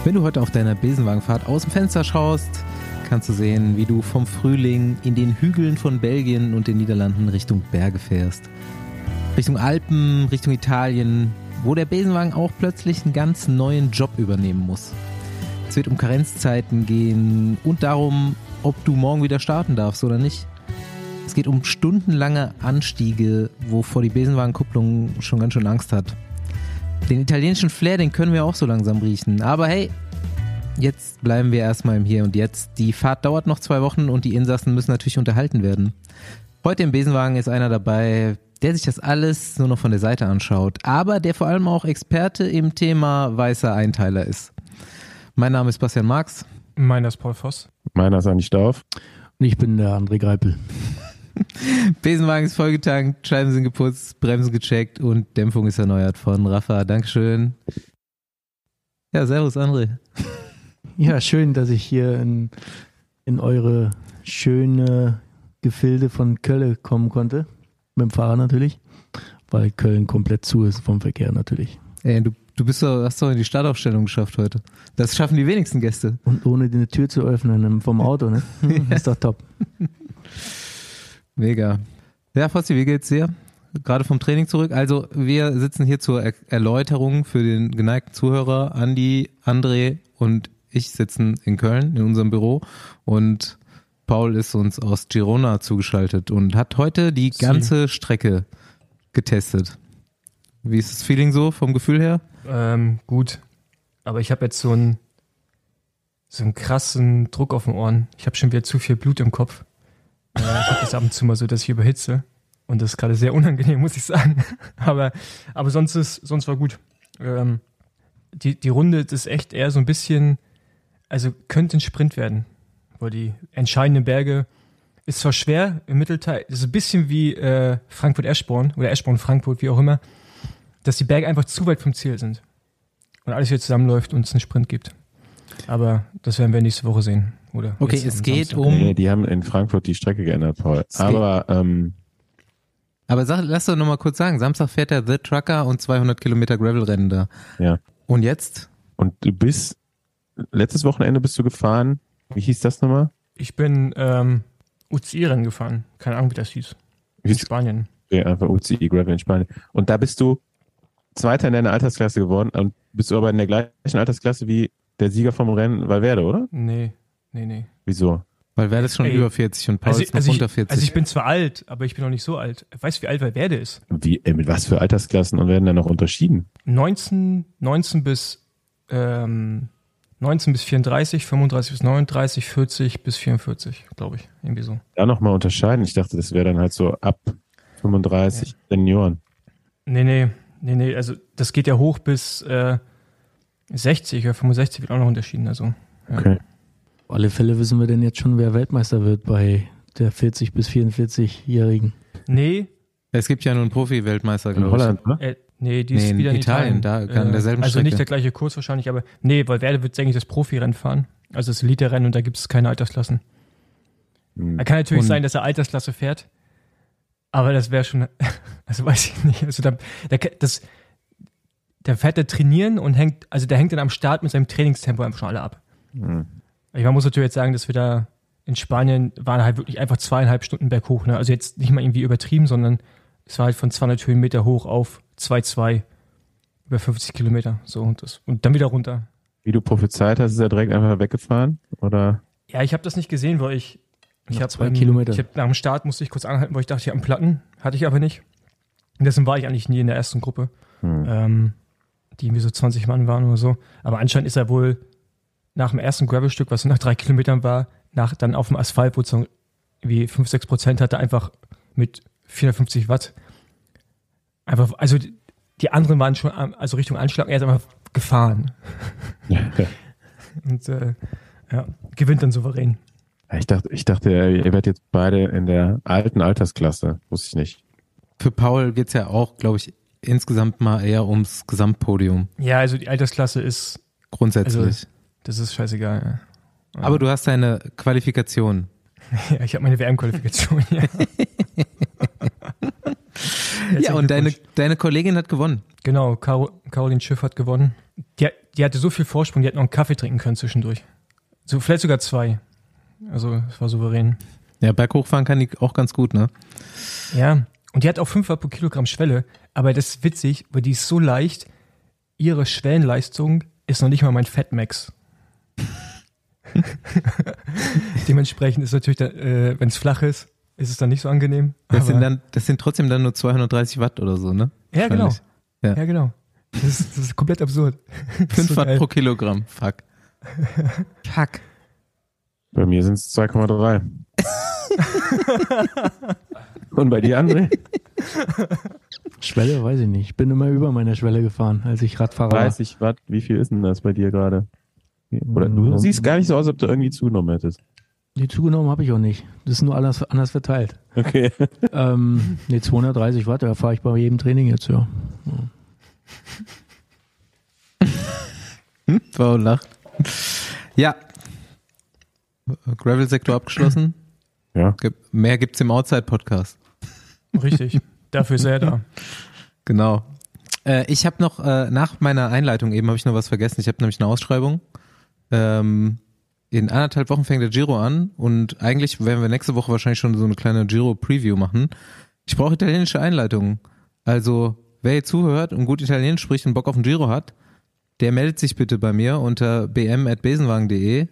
Wenn du heute auf deiner Besenwagenfahrt aus dem Fenster schaust, kannst du sehen, wie du vom Frühling in den Hügeln von Belgien und den Niederlanden Richtung Berge fährst. Richtung Alpen, Richtung Italien, wo der Besenwagen auch plötzlich einen ganz neuen Job übernehmen muss. Es wird um Karenzzeiten gehen und darum, ob du morgen wieder starten darfst oder nicht. Es geht um stundenlange Anstiege, wovor die Besenwagenkupplung schon ganz schön Angst hat. Den italienischen Flair, den können wir auch so langsam riechen. Aber hey, jetzt bleiben wir erstmal im Hier und Jetzt. Die Fahrt dauert noch 2 Wochen und die Insassen müssen natürlich unterhalten werden. Heute im Besenwagen ist einer dabei, der sich das alles nur noch von der Seite anschaut, aber der vor allem auch Experte im Thema weißer Einteiler ist. Mein Name ist Bastian Marx. Meiner ist Paul Voss. Meiner ist Andi Stauf. Und ich bin der André Greipel. Besenwagen ist vollgetankt, Scheiben sind geputzt, Bremsen gecheckt und Dämpfung ist erneuert von Rafa. Dankeschön. Ja, servus André. Ja, schön, dass ich hier in eure schöne Gefilde von Köln kommen konnte. Mit dem Fahrer natürlich, weil Köln komplett zu ist vom Verkehr natürlich. Ey, du hast doch in die Startaufstellung geschafft heute. Das schaffen die wenigsten Gäste. Und ohne die Tür zu öffnen vom Auto, ne? Ist doch top. Mega. Ja, Fossi, wie geht's dir? Gerade vom Training zurück. Also wir sitzen hier zur Erläuterung für den geneigten Zuhörer. Andi, André und ich sitzen in Köln in unserem Büro und Paul ist uns aus Girona zugeschaltet und hat heute die ganze Strecke getestet. Wie ist das Feeling so vom Gefühl her? Gut, aber ich habe jetzt so einen krassen Druck auf den Ohren. Ich habe schon wieder zu viel Blut im Kopf. Ich habe das ab und zu mal so, dass ich überhitze und das ist gerade sehr unangenehm, muss ich sagen. aber sonst war gut. Die Runde ist echt eher so ein bisschen, also könnte ein Sprint werden. Weil die entscheidenden Berge ist zwar schwer im Mittelteil, das ist ein bisschen wie Frankfurt-Eschborn oder Eschborn-Frankfurt, wie auch immer, dass die Berge einfach zu weit vom Ziel sind und alles hier zusammenläuft und es einen Sprint gibt. Aber das werden wir nächste Woche sehen, oder? Okay, es geht Samstag. um... Nee, die haben in Frankfurt die Strecke geändert, Paul. Aber lass doch nochmal kurz sagen, Samstag fährt der The Trucker und 200 Kilometer Gravelrennen da. Ja. Und jetzt? Und letztes Wochenende bist du gefahren, wie hieß das nochmal? Ich bin UCI-Rennen gefahren. Keine Ahnung, wie das hieß. In Spanien. Ja, einfach UCI Gravel in Spanien. Und da bist du Zweiter in deiner Altersklasse geworden und bist du aber in der gleichen Altersklasse wie der Sieger vom Rennen Valverde, oder? Nee. Wieso? Valverde ist schon über 40 und Paul ist noch unter 40. Also ich bin zwar alt, aber ich bin noch nicht so alt. Weißt du, wie alt Valverde ist? Mit was für Altersklassen und werden da noch unterschieden? 19 bis 34, 35 bis 39, 40 bis 44, glaube ich. Irgendwie so. Da nochmal unterscheiden. Ich dachte, das wäre dann halt so ab 35 Senioren. Nee. Also das geht ja hoch bis 60 oder 65 wird auch noch unterschieden. Also, ja. Okay. Auf alle Fälle wissen wir denn jetzt schon, wer Weltmeister wird bei der 40- bis 44-Jährigen. Nee. Es gibt ja nur einen Profi-Weltmeister, In glaube ich. Holland, ne? Nee, die ist wieder in Italien. Da an derselben also Strecke. nicht der gleiche Kurs wahrscheinlich, aber nee, Valverde wird eigentlich das Profirennen fahren. Also das Elite-Rennen und da gibt es keine Altersklassen. Er kann natürlich sein, dass er Altersklasse fährt, aber das wäre schon, also weiß ich nicht. Also der fährt da trainieren und der hängt dann am Start mit seinem Trainingstempo einfach schon alle ab. Mhm. Man muss natürlich jetzt sagen, dass wir da in Spanien waren halt wirklich einfach 2,5 Stunden berghoch. Ne? Also jetzt nicht mal irgendwie übertrieben, sondern es war halt von 200 Höhenmeter hoch auf 2,2 über 50 Kilometer. So und dann wieder runter. Wie du prophezeit hast, ist er direkt einfach weggefahren? Oder? Ja, ich habe das nicht gesehen, weil ich habe 2 Kilometer. Nach dem Start musste ich kurz anhalten, weil ich dachte, ich habe einen Platten. Hatte ich aber nicht. Und deswegen war ich eigentlich nie in der ersten Gruppe, die irgendwie so 20 Mann waren oder so. Aber anscheinend ist er wohl nach dem ersten Gravelstück, was so nach 3 Kilometern war, dann auf dem Asphalt, wo es so wie 5-6% hatte, einfach mit 450 Watt. Einfach, also die anderen waren schon, also Richtung Anschlag, er ist einfach gefahren. Und gewinnt dann souverän. Ich dachte, ihr werdet jetzt beide in der alten Altersklasse. Wusste ich nicht. Für Paul geht's ja auch, glaube ich, insgesamt mal eher ums Gesamtpodium. Ja, also die Altersklasse ist grundsätzlich. Also, das ist scheißegal. Ja. Aber du hast deine Qualifikation. Ja, ich habe meine WM-Qualifikation, ja. Ja, und deine Kollegin hat gewonnen. Genau, Caroline Schiff hat gewonnen. Die die hatte so viel Vorsprung, die hätte noch einen Kaffee trinken können zwischendurch. So, vielleicht sogar 2. Also, es war souverän. Ja, berghochfahren kann die auch ganz gut, ne? Ja, und die hat auch 5 Watt pro Kilogramm Schwelle, aber das ist witzig, weil die ist so leicht, ihre Schwellenleistung ist noch nicht mal mein Fatmax. Dementsprechend ist natürlich, wenn es flach ist es dann nicht so angenehm. Das sind trotzdem dann nur 230 Watt oder so, ne? Ja, genau. Ja. Ja, genau. Das ist komplett absurd. 5 so Watt geil. pro Kilogramm. Fuck. Fuck. Bei mir sind es 2,3. Und bei dir, André? Schwelle, weiß ich nicht. Ich bin immer über meiner Schwelle gefahren, als ich Radfahrer war. 30 Watt, wie viel ist denn das bei dir gerade? Oder du siehst gar nicht so aus, als ob du irgendwie zugenommen hättest. Die zugenommen habe ich auch nicht. Das ist nur alles anders verteilt. Okay. 230 Watt, da fahre ich bei jedem Training jetzt, ja. Frau lacht. Ja. Gravel-Sektor abgeschlossen. Ja. Mehr gibt's im Outside-Podcast. Richtig. Dafür ist er da. Genau. Ich habe noch, nach meiner Einleitung eben habe ich noch was vergessen. Ich habe nämlich eine Ausschreibung. In 1,5 Wochen fängt der Giro an und eigentlich werden wir nächste Woche wahrscheinlich schon so eine kleine Giro-Preview machen. Ich brauche italienische Einleitungen. Also, wer hier zuhört und gut Italienisch spricht und Bock auf den Giro hat, der meldet sich bitte bei mir unter bm@besenwagen.de.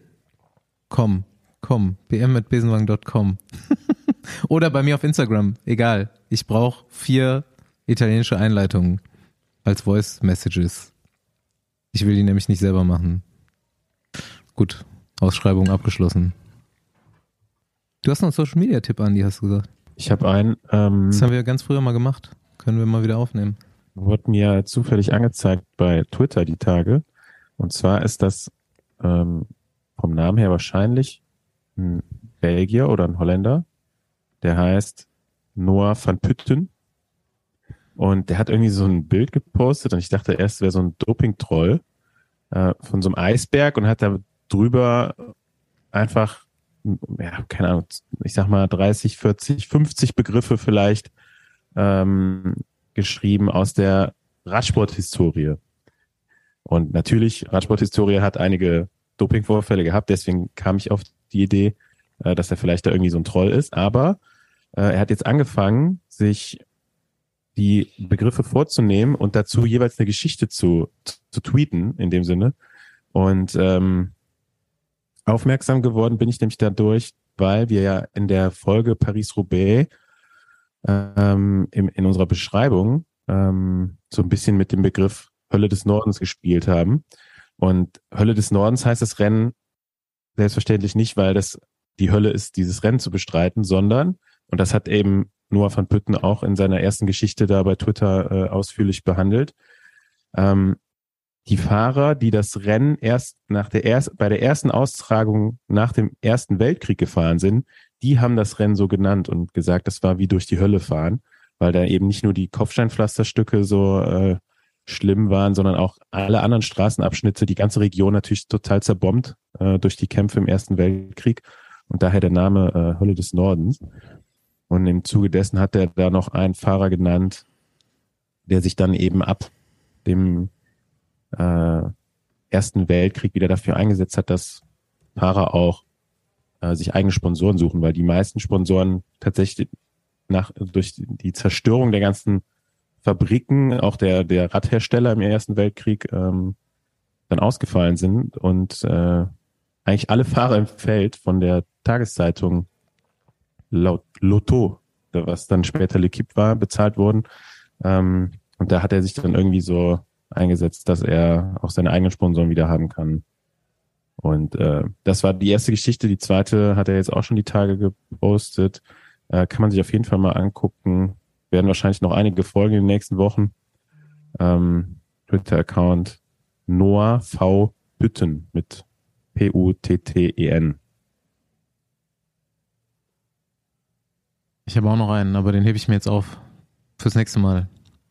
bm@besenwagen.com. Oder bei mir auf Instagram. Egal. Ich brauche 4 italienische Einleitungen als Voice Messages. Ich will die nämlich nicht selber machen. Gut. Ausschreibung abgeschlossen. Du hast noch einen Social Media Tipp, Andi, hast du gesagt. Ich habe einen. Das haben wir ganz früher mal gemacht. Können wir mal wieder aufnehmen. Wurde mir zufällig angezeigt bei Twitter die Tage. Und zwar ist das vom Namen her wahrscheinlich ein Belgier oder ein Holländer. Der heißt Noah van Putten. Und der hat irgendwie so ein Bild gepostet und ich dachte erst, es wäre so ein Doping-Troll von so einem Eisberg und hat da drüber einfach, ja, keine Ahnung, ich sag mal 30, 40, 50 Begriffe vielleicht geschrieben aus der Radsporthistorie. Und natürlich, Radsporthistorie hat einige Dopingvorfälle gehabt, deswegen kam ich auf die Idee, dass er vielleicht da irgendwie so ein Troll ist, aber er hat jetzt angefangen, sich die Begriffe vorzunehmen und dazu jeweils eine Geschichte zu tweeten, in dem Sinne. Und aufmerksam geworden bin ich nämlich dadurch, weil wir ja in der Folge Paris-Roubaix in unserer Beschreibung so ein bisschen mit dem Begriff Hölle des Nordens gespielt haben. Und Hölle des Nordens heißt das Rennen selbstverständlich nicht, weil das die Hölle ist, dieses Rennen zu bestreiten, sondern, und das hat eben Noah van Putten auch in seiner ersten Geschichte da bei Twitter ausführlich behandelt, die Fahrer, die das Rennen erst bei der ersten Austragung nach dem Ersten Weltkrieg gefahren sind, die haben das Rennen so genannt und gesagt, das war wie durch die Hölle fahren, weil da eben nicht nur die Kopfsteinpflasterstücke so schlimm waren, sondern auch alle anderen Straßenabschnitte, die ganze Region natürlich total zerbombt durch die Kämpfe im Ersten Weltkrieg und daher der Name Hölle des Nordens. Und im Zuge dessen hat er da noch einen Fahrer genannt, der sich dann eben ab dem Ersten Weltkrieg wieder dafür eingesetzt hat, dass Fahrer auch sich eigene Sponsoren suchen, weil die meisten Sponsoren tatsächlich durch die Zerstörung der ganzen Fabriken, auch der Radhersteller im Ersten Weltkrieg dann ausgefallen sind und eigentlich alle Fahrer im Feld von der Tageszeitung Lotto, was dann später L'Équipe war, bezahlt wurden. Und da hat er sich dann irgendwie so eingesetzt, dass er auch seine eigenen Sponsoren wieder haben kann. Und das war die erste Geschichte. Die zweite hat er jetzt auch schon die Tage gepostet. Kann man sich auf jeden Fall mal angucken. Werden wahrscheinlich noch einige Folgen in den nächsten Wochen. Twitter-Account Noah V. Putten mit Putten. Ich habe auch noch einen, aber den hebe ich mir jetzt auf fürs nächste Mal.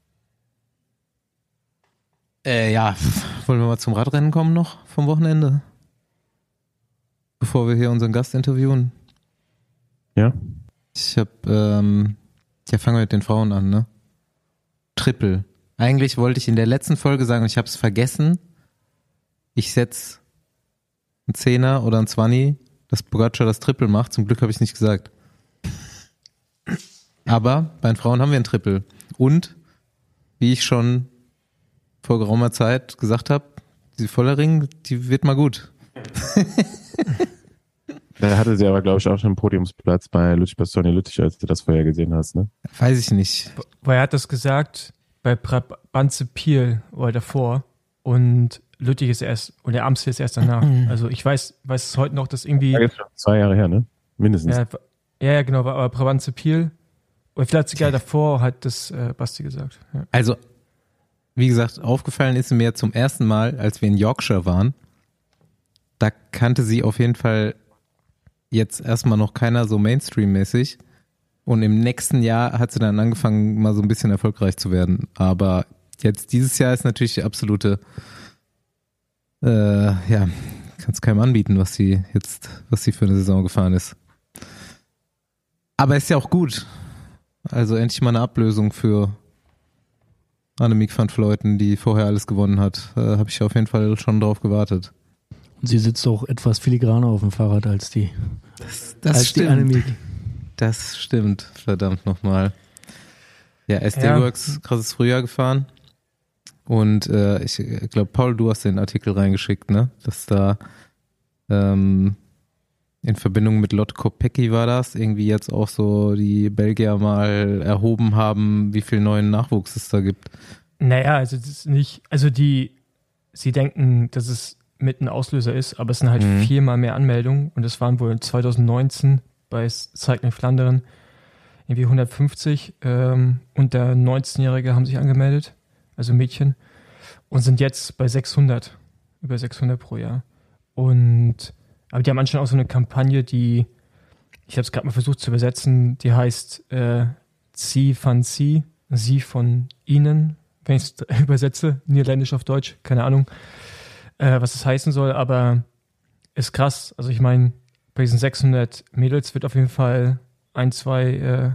Ja, wollen wir mal zum Radrennen kommen noch vom Wochenende? Bevor wir hier unseren Gast interviewen. Ja. Fangen wir mit den Frauen an, ne? Triple. Eigentlich wollte ich in der letzten Folge sagen, und ich habe es vergessen, ich setze einen Zehner oder einen 20, dass Pogacar das Triple macht. Zum Glück habe ich es nicht gesagt. Aber bei den Frauen haben wir ein Triple. Und, wie ich schon vor geraumer Zeit gesagt habe, die Vollering, die wird mal gut. Da hatte sie aber, glaube ich, auch schon einen Podiumsplatz bei Bastogne-Lüttich, als du das vorher gesehen hast, ne? Weiß ich nicht. Weil er hat das gesagt, bei Brabantse Piel oder davor und Lüttich ist erst, und der Amstel ist erst danach. Also ich weiß es heute noch, dass irgendwie... Das ist schon 2 Jahre her, ne? Mindestens. Ja, genau, aber Brabantse Piel und vielleicht sogar davor hat das Basti gesagt. Ja. Also, wie gesagt, aufgefallen ist mir zum ersten Mal, als wir in Yorkshire waren, da kannte sie auf jeden Fall jetzt erstmal noch keiner so Mainstream-mäßig und im nächsten Jahr hat sie dann angefangen, mal so ein bisschen erfolgreich zu werden. Aber jetzt dieses Jahr ist natürlich die absolute, kannst keinem anbieten, was sie für eine Saison gefahren ist. Aber ist ja auch gut. Also endlich mal eine Ablösung für Annemiek van Vleuten, die vorher alles gewonnen hat. Habe ich auf jeden Fall schon drauf gewartet. Und sie sitzt auch etwas filigraner auf dem Fahrrad als die stimmt. Die Annemiek. Das stimmt, verdammt nochmal. Ja, SD-Works, krasses Frühjahr gefahren. Und ich glaube, Paul, du hast den Artikel reingeschickt, ne? Dass da in Verbindung mit Lotte Kopecky war das, irgendwie jetzt auch so die Belgier mal erhoben haben, wie viel neuen Nachwuchs es da gibt. Naja, also das ist nicht, also sie denken, dass es mit ein Auslöser ist, aber es sind halt 4-mal mehr Anmeldungen und es waren wohl 2019 bei Cycling Flandern irgendwie 150 und der 19-Jährige haben sich angemeldet, also Mädchen, und sind jetzt bei 600, über 600 pro Jahr. Aber die haben anscheinend auch so eine Kampagne, die, ich habe es gerade mal versucht zu übersetzen, die heißt Sie van Sie, Sie von Ihnen, wenn ich es übersetze, niederländisch auf Deutsch, keine Ahnung, was das heißen soll, aber ist krass. Also ich meine, bei diesen 600 Mädels wird auf jeden Fall 1, 2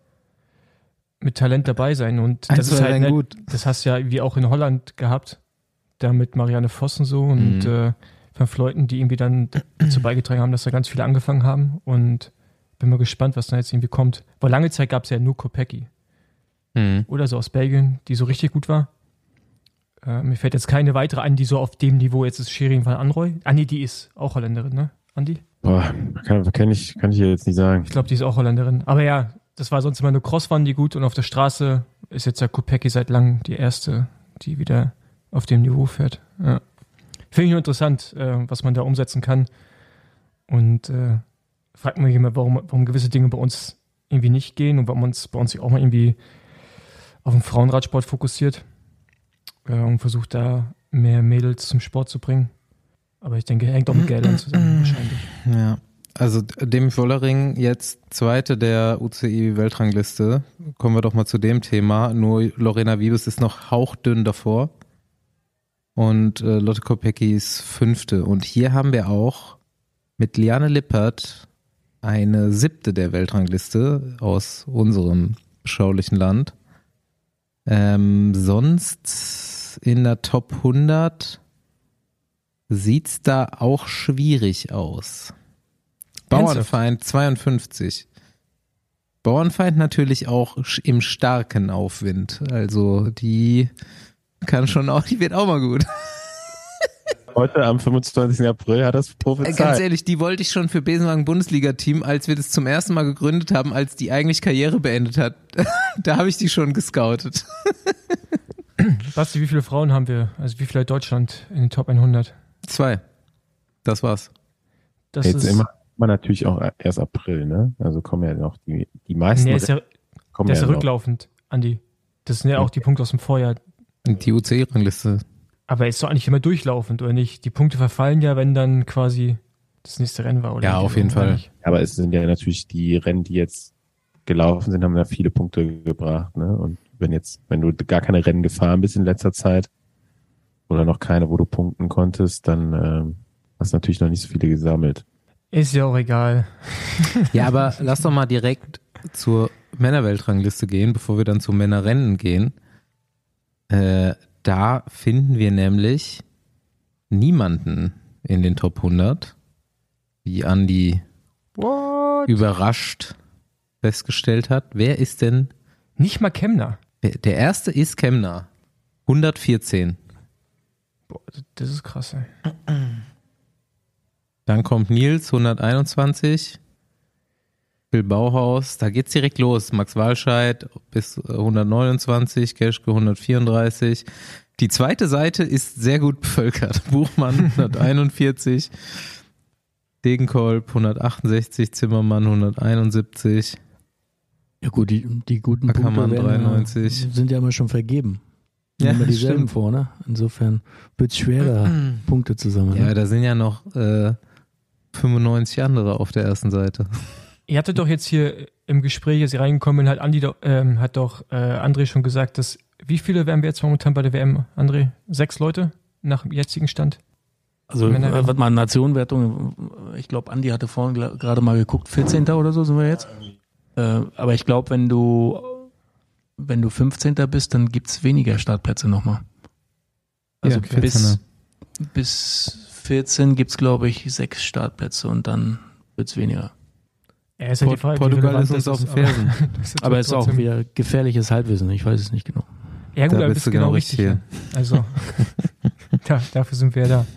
mit Talent dabei sein und das ist halt gut. Das hast du ja irgendwie auch in Holland gehabt, da mit Marianne Vos und so und 5 Leuten, die irgendwie dann dazu beigetragen haben, dass da ganz viele angefangen haben und bin mal gespannt, was da jetzt irgendwie kommt. Weil lange Zeit gab es ja nur Kopecky. Oder so aus Belgien, die so richtig gut war. Mir fällt jetzt keine weitere an, die so auf dem Niveau jetzt ist. Shirin van Anrooy. Nee, die ist auch Holländerin, ne, Andi? Boah, kann ich ja jetzt nicht sagen. Ich glaube, die ist auch Holländerin. Aber ja, das war sonst immer eine Crossfahren, die gut und auf der Straße ist jetzt ja Kopecky seit langem die erste, die wieder auf dem Niveau fährt. Ja. Finde ich nur interessant, was man da umsetzen kann. Und fragt mich immer, warum gewisse Dinge bei uns irgendwie nicht gehen und warum man bei uns auch mal irgendwie auf den Frauenradsport fokussiert und versucht da mehr Mädels zum Sport zu bringen. Aber ich denke, hängt auch mit Geldern zusammen wahrscheinlich. Ja, also Demi Vollering jetzt Zweite der UCI-Weltrangliste. Kommen wir doch mal zu dem Thema. Nur Lorena Wiebes ist noch hauchdünn davor. Und Lotte Kopecky ist 5. Und hier haben wir auch mit Liane Lippert eine 7. der Weltrangliste aus unserem beschaulichen Land. Sonst in der Top 100 sieht's da auch schwierig aus. Bauernfeind 52. Bauernfeind natürlich auch im starken Aufwind. Also die kann schon auch, die wird auch mal gut. Heute am 25. April hat das prophezeit. Ganz ehrlich, die wollte ich schon für Besenwagen-Bundesliga-Team, als wir das zum ersten Mal gegründet haben, als die eigentlich Karriere beendet hat. Da habe ich die schon gescoutet. Basti, wie viele Frauen haben wir? Also wie viele hat Deutschland in den Top 100? 2. Das war's. Das jetzt ist immer natürlich auch erst April, ne? Also kommen ja noch die meisten. Nee, ist ja noch. rücklaufend, Andi. Das sind ja auch die Punkte aus dem Vorjahr. Die UCI-Rangliste. Aber ist doch eigentlich immer durchlaufend, oder nicht? Die Punkte verfallen ja, wenn dann quasi das nächste Rennen war, oder? Ja, auf jeden Fall. Aber es sind ja natürlich die Rennen, die jetzt gelaufen sind, haben ja viele Punkte gebracht, ne? Und wenn du gar keine Rennen gefahren bist in letzter Zeit oder noch keine, wo du punkten konntest, dann hast du natürlich noch nicht so viele gesammelt. Ist ja auch egal. Ja, aber lass doch mal direkt zur Männerweltrangliste gehen, bevor wir dann zu Männerrennen gehen. Da finden wir nämlich niemanden in den Top 100, wie Andi überrascht festgestellt hat. Wer ist denn? Nicht mal Kemner. Der erste ist Kemner. 114. Boah, das ist krass, ey. Dann kommt Nils, 121. Bill Bauhaus, da geht's direkt los. Max Walscheid bis 129, Geschke 134. Die zweite Seite ist sehr gut bevölkert. Buchmann 141, Degenkolb 168, Zimmermann 171. Ja gut, die guten Ackermann Punkte 93. sind ja immer schon vergeben. Ja, immer dieselben stimmt. vor, ne? Insofern wird es schwer, da Punkte zu sammeln. Ja, Ne? da sind ja noch 95 andere auf der ersten Seite. Ihr hattet doch jetzt hier im Gespräch, als ihr reingekommen bin, hat doch André schon gesagt, dass wie viele wären wir jetzt momentan bei der WM, André? 6 Leute nach dem jetzigen Stand? Also, warte mal, Nationenwertung, ich glaube, Andi hatte vorhin gerade mal geguckt, 14. oder so sind wir jetzt. Aber ich glaube, wenn du 15. bist, dann gibt's weniger Startplätze nochmal. Also Ja, bis 14 gibt's, glaube ich, 6 Startplätze und dann wird's weniger. Ja, ist halt die Frage, wie Portugal relevant ist uns das auf den Fersen. Aber es ist auch trotzdem- wieder gefährliches Halbwissen, ich weiß es nicht genau. Ja gut, Da aber bist bist du genau genau richtig. richtig Ja. Also, dafür sind wir ja da.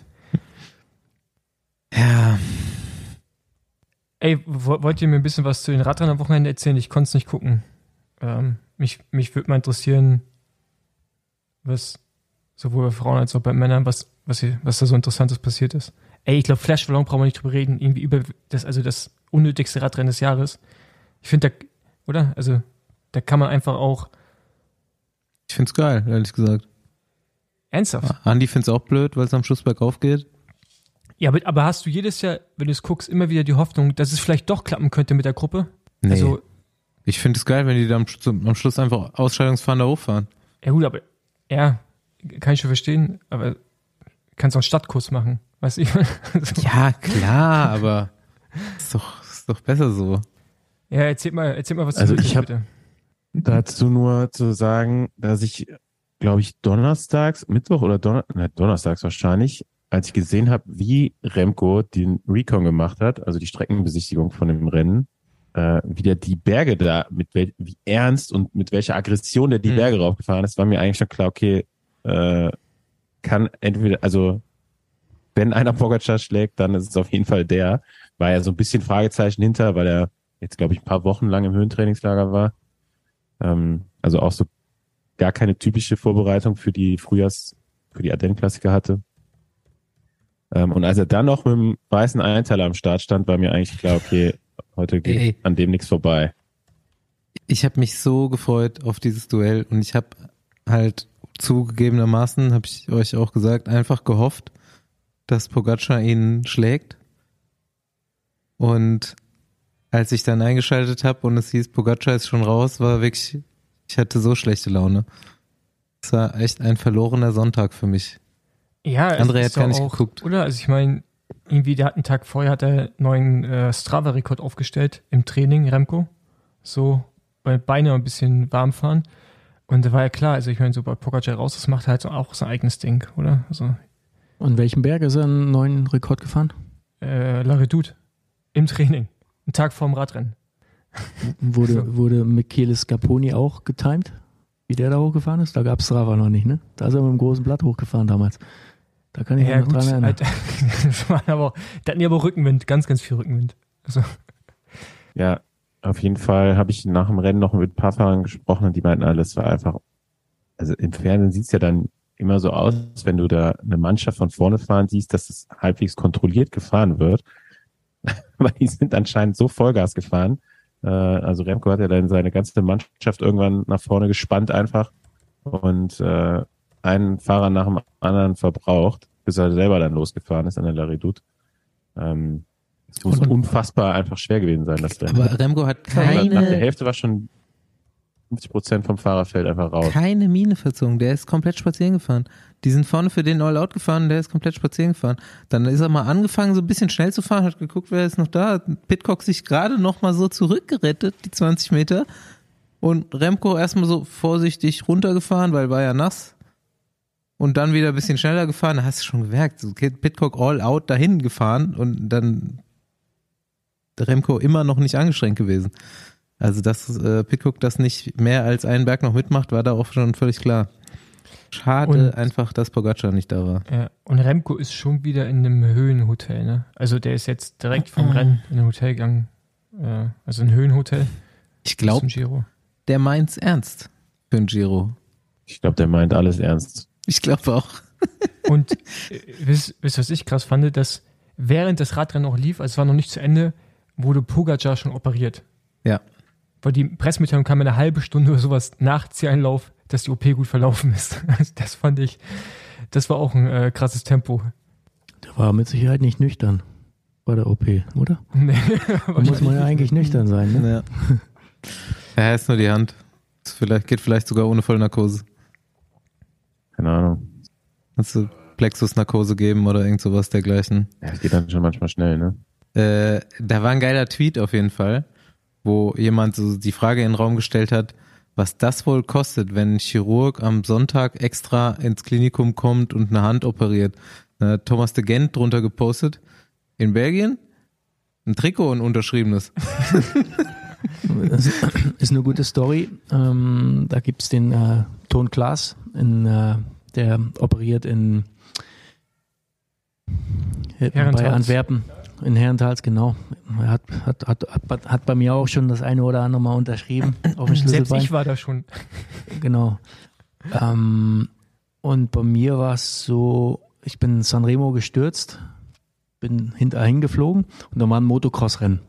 Ja, Ey, wollt ihr mir ein bisschen was zu den Radrennen am Wochenende erzählen? Ich konnte es nicht gucken. Mich würde mal interessieren, was sowohl bei Frauen als auch bei Männern, was da so Interessantes passiert ist. Ey, ich glaube, Flash Wallon brauchen wir nicht drüber reden. Irgendwie über das unnötigste Radrennen des Jahres. Ich finde, oder? Also, da kann man einfach auch ich find's geil, ehrlich gesagt. ernsthaft. Andi find's auch blöd, weil es am Schluss bergauf geht. Ja, aber hast du jedes Jahr, wenn du es guckst, immer wieder die Hoffnung, dass es vielleicht doch klappen könnte mit der Gruppe? Nee. Also, Ich finde es geil, wenn die da am Schluss einfach Ausscheidungsfahren da hochfahren. ja gut, aber ja, kann ich schon verstehen, aber kannst auch einen Stadtkurs machen, weißt du? Also, Ja, klar, aber ist doch besser so. ja, erzähl mal was Also zu ich hab- bitte. Dazu nur zu sagen, dass ich, glaube ich, Mittwoch oder donnerstags wahrscheinlich, als ich gesehen habe, wie Remco den Recon gemacht hat, also die Streckenbesichtigung von dem Rennen, wie der die Berge da, wie ernst und mit welcher Aggression der die Berge raufgefahren ist, war mir eigentlich schon klar, okay, kann entweder, also wenn einer Pogacar schlägt, dann ist es auf jeden Fall der. War ja so ein bisschen Fragezeichen hinter, weil er jetzt, glaube ich, ein paar Wochen lang im Höhentrainingslager war. Also auch so gar keine typische Vorbereitung für die Ardennen-Klassiker hatte. Und als er dann noch mit dem weißen Einteiler am Start stand, war mir eigentlich klar, okay, heute geht an dem nichts vorbei. Ich habe mich so gefreut auf dieses Duell und ich habe halt zugegebenermaßen, habe ich euch auch gesagt, einfach gehofft, dass Pogacar ihn schlägt. Und als ich dann eingeschaltet habe und es hieß, Pogacar ist schon raus, war wirklich, ich hatte so schlechte Laune. Es war echt ein verlorener Sonntag für mich. Ja, André es hat ist gar doch nicht auch, geguckt. Oder? Also ich meine, irgendwie, der hat einen Tag vorher hat er einen neuen Strava-Rekord aufgestellt im Training, Remco. So, bei Beine ein bisschen warm fahren. Und da war ja klar, also ich meine, so bei Pogacar raus, das macht halt so auch sein eigenes Ding, oder? Also, Und welchen Berg ist er einen neuen Rekord gefahren? La Redoute im Training. Einen Tag vorm Radrennen. Wurde Michele Scarponi auch getimed, wie der da hochgefahren ist? Da gab es Strava noch nicht, ne? Da ist er mit dem großen Blatt hochgefahren damals. Da kann ich mich noch dran erinnern. Halt, das waren aber, da hatten die aber Rückenwind, ganz, ganz viel Rückenwind. Also, Ja, auf jeden Fall habe ich nach dem Rennen noch mit ein paar Fahrern gesprochen und die meinten alles war einfach, also im Fernsehen sieht es ja dann immer so aus, wenn du da eine Mannschaft von vorne fahren siehst, dass es halbwegs kontrolliert gefahren wird. Weil die sind anscheinend so Vollgas gefahren. Also Remco hat ja dann seine ganze Mannschaft irgendwann nach vorne gespannt einfach und einen Fahrer nach dem anderen verbraucht, bis er selber dann losgefahren ist an der La Redoute. Es muss unfassbar einfach schwer gewesen sein, das Rennen. Aber Remco hat Nach der keine Hälfte war schon 50% vom Fahrerfeld einfach raus. Miene verzogen. Der ist komplett spazieren gefahren. Die sind vorne für den All-Out gefahren, der ist komplett spazieren gefahren. Dann ist er mal angefangen, so ein bisschen schnell zu fahren, hat geguckt, wer ist noch da. Hat Pidcock sich gerade noch mal so zurückgerettet, die 20 Meter. Und Remco erstmal so vorsichtig runtergefahren, weil war ja nass. und dann wieder ein bisschen schneller gefahren, da hast du schon gemerkt, so Pidcock all out dahin gefahren und dann Remco immer noch nicht angeschränkt gewesen. Also dass Pidcock das nicht mehr als einen Berg noch mitmacht, war da auch schon völlig klar. Schade einfach, dass Pogacar nicht da war. Ja, und Remco ist schon wieder in einem Höhenhotel, ne? Also der ist jetzt direkt vom Rennen in ein Hotel gegangen. Also ein Höhenhotel. Ich glaube, der meint's ernst für ein Giro. Ich glaube, der meint alles ernst. Ich glaube auch. Und wisst ihr, was ich krass fand, dass während das Radrennen noch lief, also es war noch nicht zu Ende, wurde Pogacar schon operiert. Ja. Weil die Pressemitteilung kam eine halbe Stunde oder sowas nach Zieleinlauf, dass die OP gut verlaufen ist. Das fand ich, das war auch ein krasses Tempo. Der war mit Sicherheit nicht nüchtern bei der OP, oder? Nee. Da muss man ja eigentlich nüchtern sein, ne? Ja. Er ist nur die Hand. Geht vielleicht sogar ohne Vollnarkose. Keine Ahnung. Kannst du Plexus-Narkose geben oder irgend sowas dergleichen? Ja, das geht dann schon manchmal schnell, ne? Da war ein geiler Tweet auf jeden Fall, wo jemand so die Frage in den Raum gestellt hat, was das wohl kostet, wenn ein Chirurg am Sonntag extra ins Klinikum kommt und eine Hand operiert. Da hat Thomas de Gent drunter gepostet. In Belgien? Ein Trikot und unterschriebenes. Das ist eine gute Story. Da gibt es den Ton Klaas, der operiert bei Antwerpen. In Herentals, genau. Er hat bei mir auch schon das eine oder andere Mal unterschrieben. Auf dem Schlüsselbein. Selbst ich war da schon. Genau. Und bei mir war es so, ich bin in Sanremo gestürzt, bin hinterher geflogen und da war ein Motocross-Rennen.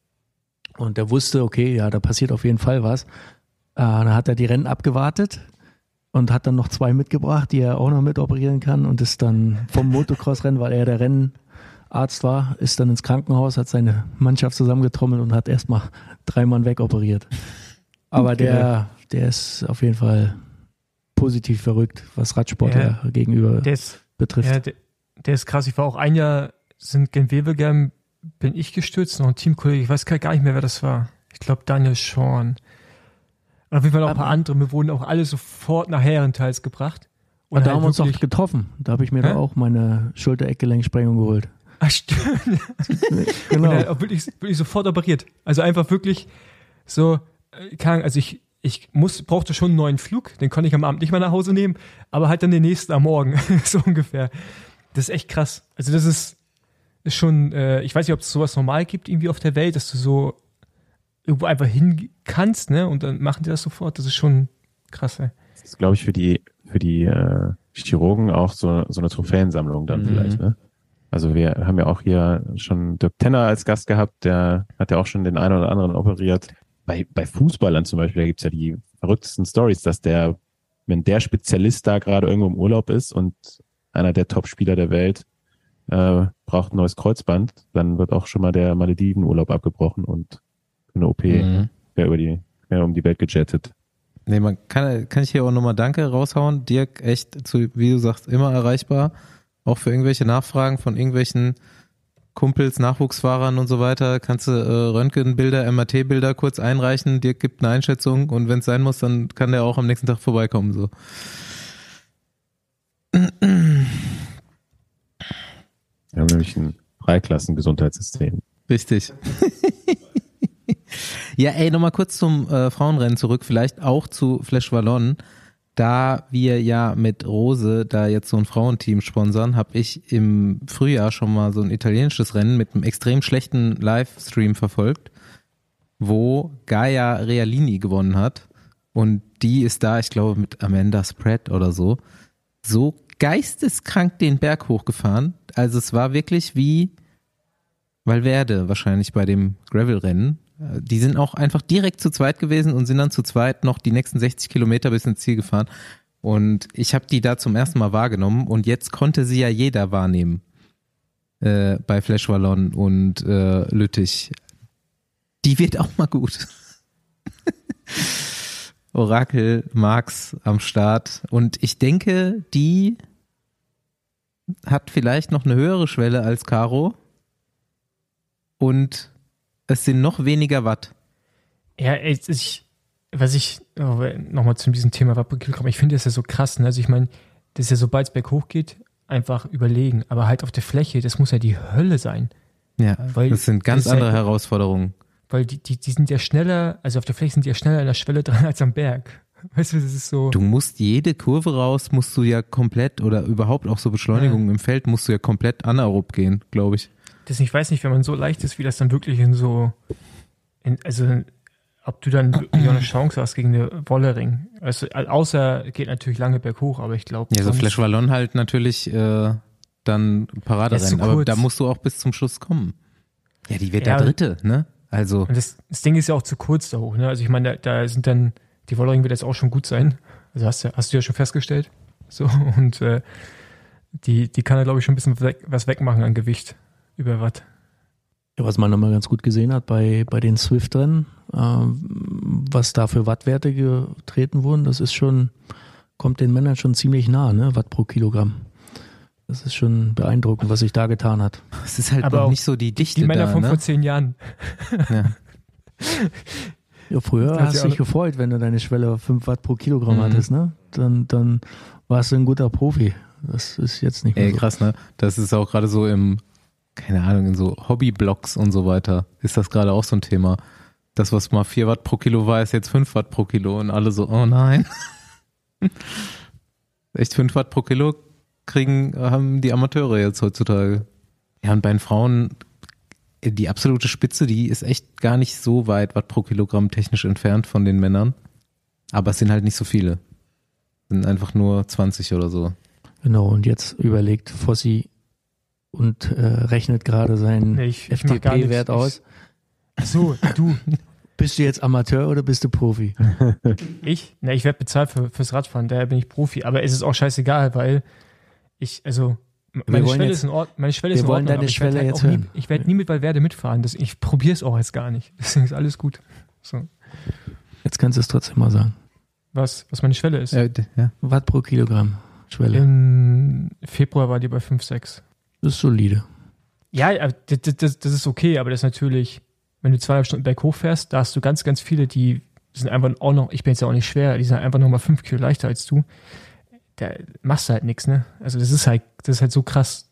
Und er wusste, okay, ja, da passiert auf jeden Fall was. Dann hat er die Rennen abgewartet und hat dann noch 2 mitgebracht, die er auch noch mit operieren kann und ist dann vom Motocross-Rennen, weil er der Rennarzt war, ist dann ins Krankenhaus, hat seine Mannschaft zusammengetrommelt und hat erstmal 3 Mann wegoperiert. Aber Okay. der ist auf jeden Fall positiv verrückt, was Radsportler gegenüber betrifft. Ja, der ist krass. Ich war auch ein Jahr, sind Gent-Wevelgem, bin ich gestürzt, noch ein Teamkollege, ich weiß gar nicht mehr, wer das war. Ich glaube Daniel Schorn. Und auf jeden Fall noch ein paar andere. Wir wurden auch alle sofort nach Herentals gebracht. Und da haben wir uns auch getroffen. Da habe ich mir da auch meine Schulter-Eckgelenksprengung geholt. Ach, stimmt. Genau. Und er wirklich sofort operiert. Also einfach wirklich so, also ich brauchte schon einen neuen Flug, den konnte ich am Abend nicht mehr nach Hause nehmen, aber halt dann den nächsten am Morgen, so ungefähr. Das ist echt krass. Also das ist schon, ich weiß nicht, ob es sowas normal gibt irgendwie auf der Welt, dass du so irgendwo einfach hin kannst, ne, und dann machen die das sofort. Das ist schon krass, ey. Das ist, glaube ich, für die Chirurgen auch so eine Trophäensammlung dann vielleicht, ne? Also wir haben ja auch hier schon Dirk Tenner als Gast gehabt, der hat ja auch schon den einen oder anderen operiert. Bei Fußballern zum Beispiel, da gibt's ja die verrücktesten Stories, dass wenn der Spezialist da gerade irgendwo im Urlaub ist und einer der Top-Spieler der Welt braucht ein neues Kreuzband, dann wird auch schon mal der Maledivenurlaub abgebrochen und für eine OP wäre um die Welt gejettet. Nee, kann ich hier auch nochmal Danke raushauen. Dirk, echt, wie du sagst, immer erreichbar. Auch für irgendwelche Nachfragen von irgendwelchen Kumpels, Nachwuchsfahrern und so weiter. Kannst du Röntgenbilder, MRT-Bilder kurz einreichen. Dirk gibt eine Einschätzung und wenn es sein muss, dann kann der auch am nächsten Tag vorbeikommen. So. Wir haben nämlich ein Freiklassen-Gesundheitssystem. Richtig. Ja, ey, nochmal kurz zum Frauenrennen zurück, vielleicht auch zu Flèche Wallonne. Da wir ja mit Rose da jetzt so ein Frauenteam sponsern, habe ich im Frühjahr schon mal so ein italienisches Rennen mit einem extrem schlechten Livestream verfolgt, wo Gaia Realini gewonnen hat. Und die ist da, ich glaube, mit Amanda Spratt oder so geisteskrank den Berg hochgefahren. Also es war wirklich wie Valverde wahrscheinlich bei dem Gravel-Rennen. Die sind auch einfach direkt zu zweit gewesen und sind dann zu zweit noch die nächsten 60 Kilometer bis ins Ziel gefahren. Und ich habe die da zum ersten Mal wahrgenommen und jetzt konnte sie ja jeder wahrnehmen bei Flèche Wallonne und Lüttich. Die wird auch mal gut. Orakel, Marx am Start und ich denke, die hat vielleicht noch eine höhere Schwelle als Caro und es sind noch weniger Watt. Ja, nochmal zu diesem Thema Watt komme, ich finde das ja so krass, ne? Also ich meine, das ist ja, sobald es berghoch geht, einfach überlegen. Aber halt auf der Fläche, das muss ja die Hölle sein. Ja, Weil das sind ganz das ist andere halt- Herausforderungen. Weil die sind ja schneller, also auf der Fläche sind die ja schneller an der Schwelle dran als am Berg. Weißt du, das ist so. Du musst jede Kurve raus, musst du ja komplett oder überhaupt auch so Beschleunigungen im Feld, musst du ja komplett anaerob gehen, glaube ich. Ich weiß nicht, wenn man so leicht ist, wie das dann wirklich also ob du dann wirklich auch eine Chance hast gegen eine Wollering. Also, außer geht natürlich lange berghoch, aber ich glaube. Ja, so Flash Wallon halt natürlich dann Paraderennen, Ja, ist zu aber kurz. da musst du auch bis zum Schluss kommen. Ja, die wird Ja, der Dritte, ne? Also, Und das Ding ist ja auch zu kurz da hoch, ne? Also ich meine, da sind dann, die Wollering wird jetzt auch schon gut sein. Also hast du ja schon festgestellt. So, und die kann da, glaube ich, schon ein bisschen was wegmachen an Gewicht über Watt. Ja, was man nochmal ganz gut gesehen hat bei den Swift-Rennen, was da für Wattwerte getreten wurden, das ist schon, kommt den Männern schon ziemlich nah, ne? Watt pro Kilogramm. Das ist schon beeindruckend, was sich da getan hat. es ist halt Aber noch auch nicht so die Dichte Die Männer da, von ne? vor 10 Jahren. Ja. Ja, früher Das hat hast ja du dich auch- gefreut, wenn du deine Schwelle auf 5 Watt pro Kilogramm Mhm. hattest, ne? Dann warst du ein guter Profi. Das ist jetzt nicht mehr Ey, so. krass, ne? Das ist auch gerade so keine Ahnung, in so Hobbyblogs und so weiter, ist das gerade auch so ein Thema. Das, was mal 4 Watt pro Kilo war, ist jetzt 5 Watt pro Kilo und alle so, oh nein. Echt 5 Watt pro Kilo haben die Amateure jetzt heutzutage. Ja, und bei den Frauen, die absolute Spitze, die ist echt gar nicht so weit Watt pro Kilogramm technisch entfernt von den Männern. Aber es sind halt nicht so viele. Es sind einfach nur 20 oder so. Genau, und jetzt überlegt Fossi und rechnet gerade seinen Nee, ich mach gar nichts. FTP-Wert aus. Ach so, du. Bist du jetzt Amateur oder bist du Profi? Ich? Ne, ich werde bezahlt fürs Radfahren, daher bin ich Profi. Aber es ist auch scheißegal, weil meine wollen Schwelle jetzt- ist in Ordnung. Meine Schwelle wir ist in wollen Ordnung, deine aber ich werd Schwelle halt jetzt auch nie, hören. ich werde nie mit Valverde mitfahren. Ich probiere es auch jetzt gar nicht. Deswegen ist alles gut. So. Jetzt kannst du es trotzdem mal sagen. Was meine Schwelle ist. Ja. Watt pro Kilogramm Schwelle. Im Februar war die bei 5,6. Das ist solide. Ja, aber das ist okay, aber das ist natürlich, wenn du 2,5 Stunden berghoch fährst, da hast du ganz, ganz viele, die sind einfach auch noch, ich bin jetzt ja auch nicht schwer, die sind einfach noch mal 5 Kilo leichter als du. Da machst du halt nichts, ne? Also das ist halt so krass.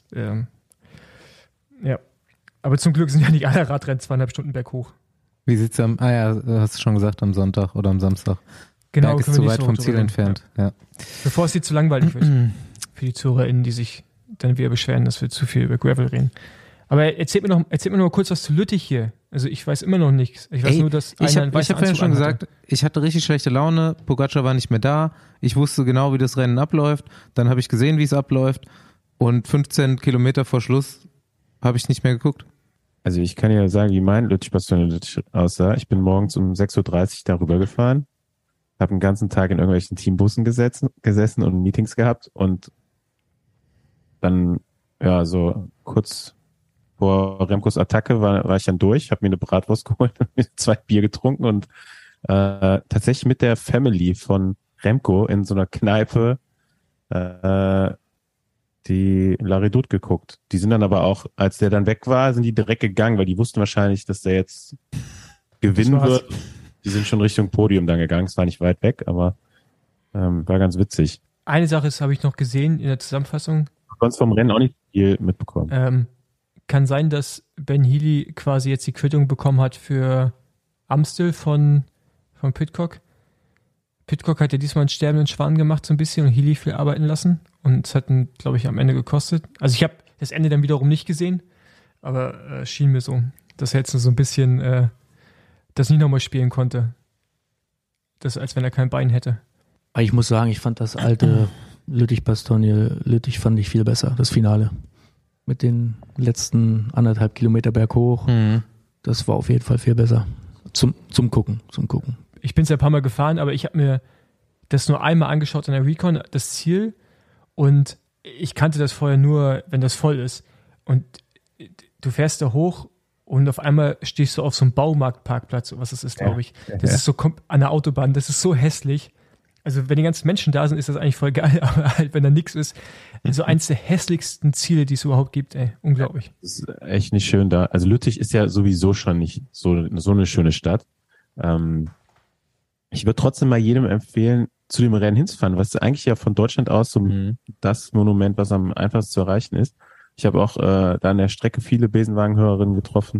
Ja. Aber zum Glück sind ja nicht alle Radrennen 2,5 Stunden berghoch. Wie sieht's hast du schon gesagt, am Sonntag oder am Samstag. Genau, Berg ist können zu wir nicht weit so vom drüber Ziel reden. entfernt. Ja. Ja. Bevor es dir zu langweilig wird. Für die ZuhörerInnen, die sich dann wieder beschweren, dass wir zu viel über Gravel reden. Aber erzählt mir noch mal kurz was zu Lüttich hier. Also ich weiß immer noch nichts. Ich weiß Ey, nur, dass Ich einer einen habe weißen vorhin Anzug schon anhatte. gesagt, ich hatte richtig schlechte Laune, Pogacar war nicht mehr da, ich wusste genau, wie das Rennen abläuft, dann habe ich gesehen, wie es abläuft und 15 Kilometer vor Schluss habe ich nicht mehr geguckt. Also ich kann ja sagen, wie mein Lüttich-Bastogne aussah. Ich bin morgens um 6.30 Uhr darüber gefahren, habe den ganzen Tag in irgendwelchen Teambussen gesessen und Meetings gehabt und dann, ja, so kurz vor Remcos Attacke war ich dann durch, habe mir eine Bratwurst geholt und mir 2 Bier getrunken und tatsächlich mit der Family von Remco in so einer Kneipe die La Redoute geguckt. Die sind dann aber auch, als der dann weg war, sind die direkt gegangen, weil die wussten wahrscheinlich, dass der jetzt gewinnen Das war's. wird. Die sind schon Richtung Podium dann gegangen. Es war nicht weit weg, aber war ganz witzig. Eine Sache habe ich noch gesehen in der Zusammenfassung. Sonst vom Rennen auch nicht viel mitbekommen. Kann sein, dass Ben Healy quasi jetzt die Quittung bekommen hat für Amstel von Pidcock. Pidcock hat ja diesmal einen sterbenden Schwan gemacht so ein bisschen und Healy viel arbeiten lassen und es hat ihn, glaube ich, am Ende gekostet. Also ich habe das Ende dann wiederum nicht gesehen, aber schien mir so, dass er jetzt so ein bisschen das nie nochmal spielen konnte. Das, als wenn er kein Bein hätte. Aber ich muss sagen, ich fand das alte Lüttich-Bastogne, Lüttich fand ich viel besser, das Finale. Mit den letzten 1,5 Kilometer berghoch. Das war auf jeden Fall viel besser. Zum Gucken. Ich bin es ja ein paar Mal gefahren, aber ich habe mir das nur einmal angeschaut in der Recon, das Ziel. Und ich kannte das vorher nur, wenn das voll ist. Und du fährst da hoch und auf einmal stehst du auf so einem Baumarktparkplatz, was das ist, glaube ich. Das ist so an der Autobahn, das ist so hässlich. Also wenn die ganzen Menschen da sind, ist das eigentlich voll geil, aber halt, wenn da nichts ist, so eins der hässlichsten Ziele, die es überhaupt gibt, ey, unglaublich. Das ist echt nicht schön da. Also Lüttich ist ja sowieso schon nicht so eine schöne Stadt. Ich würde trotzdem mal jedem empfehlen, zu dem Rennen hinzufahren, was eigentlich ja von Deutschland aus so das Monument, was am einfachsten zu erreichen ist. Ich habe auch da an der Strecke viele Besenwagenhörerinnen getroffen.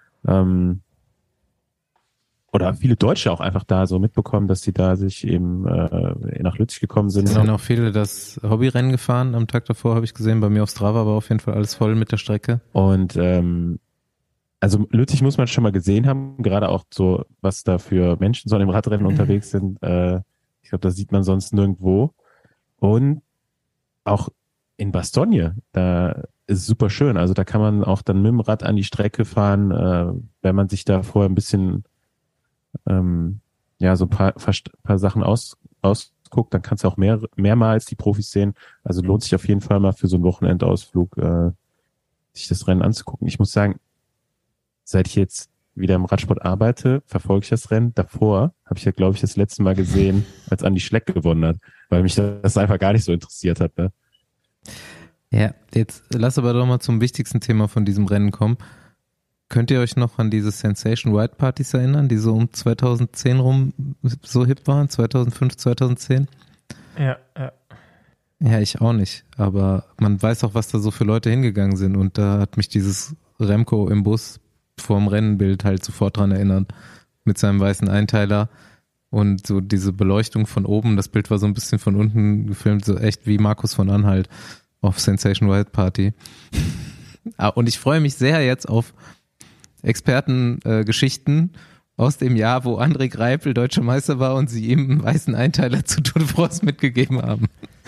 Oder viele Deutsche auch einfach da so mitbekommen, dass sie da sich eben nach Lüttich gekommen sind. Es sind auch viele das Hobbyrennen gefahren. Am Tag davor habe ich gesehen, bei mir auf Strava war auf jeden Fall alles voll mit der Strecke. Und also Lüttich muss man schon mal gesehen haben, gerade auch so, was da für Menschen so an dem Radrennen unterwegs sind. Ich glaube, das sieht man sonst nirgendwo. Und auch in Bastogne, da ist es super schön. Also da kann man auch dann mit dem Rad an die Strecke fahren, wenn man sich da vorher ein bisschen so ein paar Sachen ausguckt, dann kannst du auch mehrmals die Profis sehen. Also lohnt sich auf jeden Fall mal für so einen Wochenendausflug, sich das Rennen anzugucken. Ich muss sagen, seit ich jetzt wieder im Radsport arbeite, verfolge ich das Rennen. Davor habe ich ja, glaube ich, das letzte Mal gesehen, als Andi Schleck gewonnen hat, weil mich das einfach gar nicht so interessiert hat. Ne? Ja, jetzt lass aber doch mal zum wichtigsten Thema von diesem Rennen kommen. Könnt ihr euch noch an diese Sensation White Partys erinnern, die so um 2010 rum so hip waren? 2005, 2010? Ja. Ja, ich auch nicht. Aber man weiß auch, was da so für Leute hingegangen sind. Und da hat mich dieses Remco im Bus vorm Rennenbild halt sofort dran erinnert. Mit seinem weißen Einteiler und so diese Beleuchtung von oben. Das Bild war so ein bisschen von unten gefilmt, so echt wie Markus von Anhalt auf Sensation White Party. Und ich freue mich sehr jetzt auf Expertengeschichten aus dem Jahr, wo André Greipel deutscher Meister war und sie ihm einen weißen Einteiler zu Tour de France mitgegeben haben.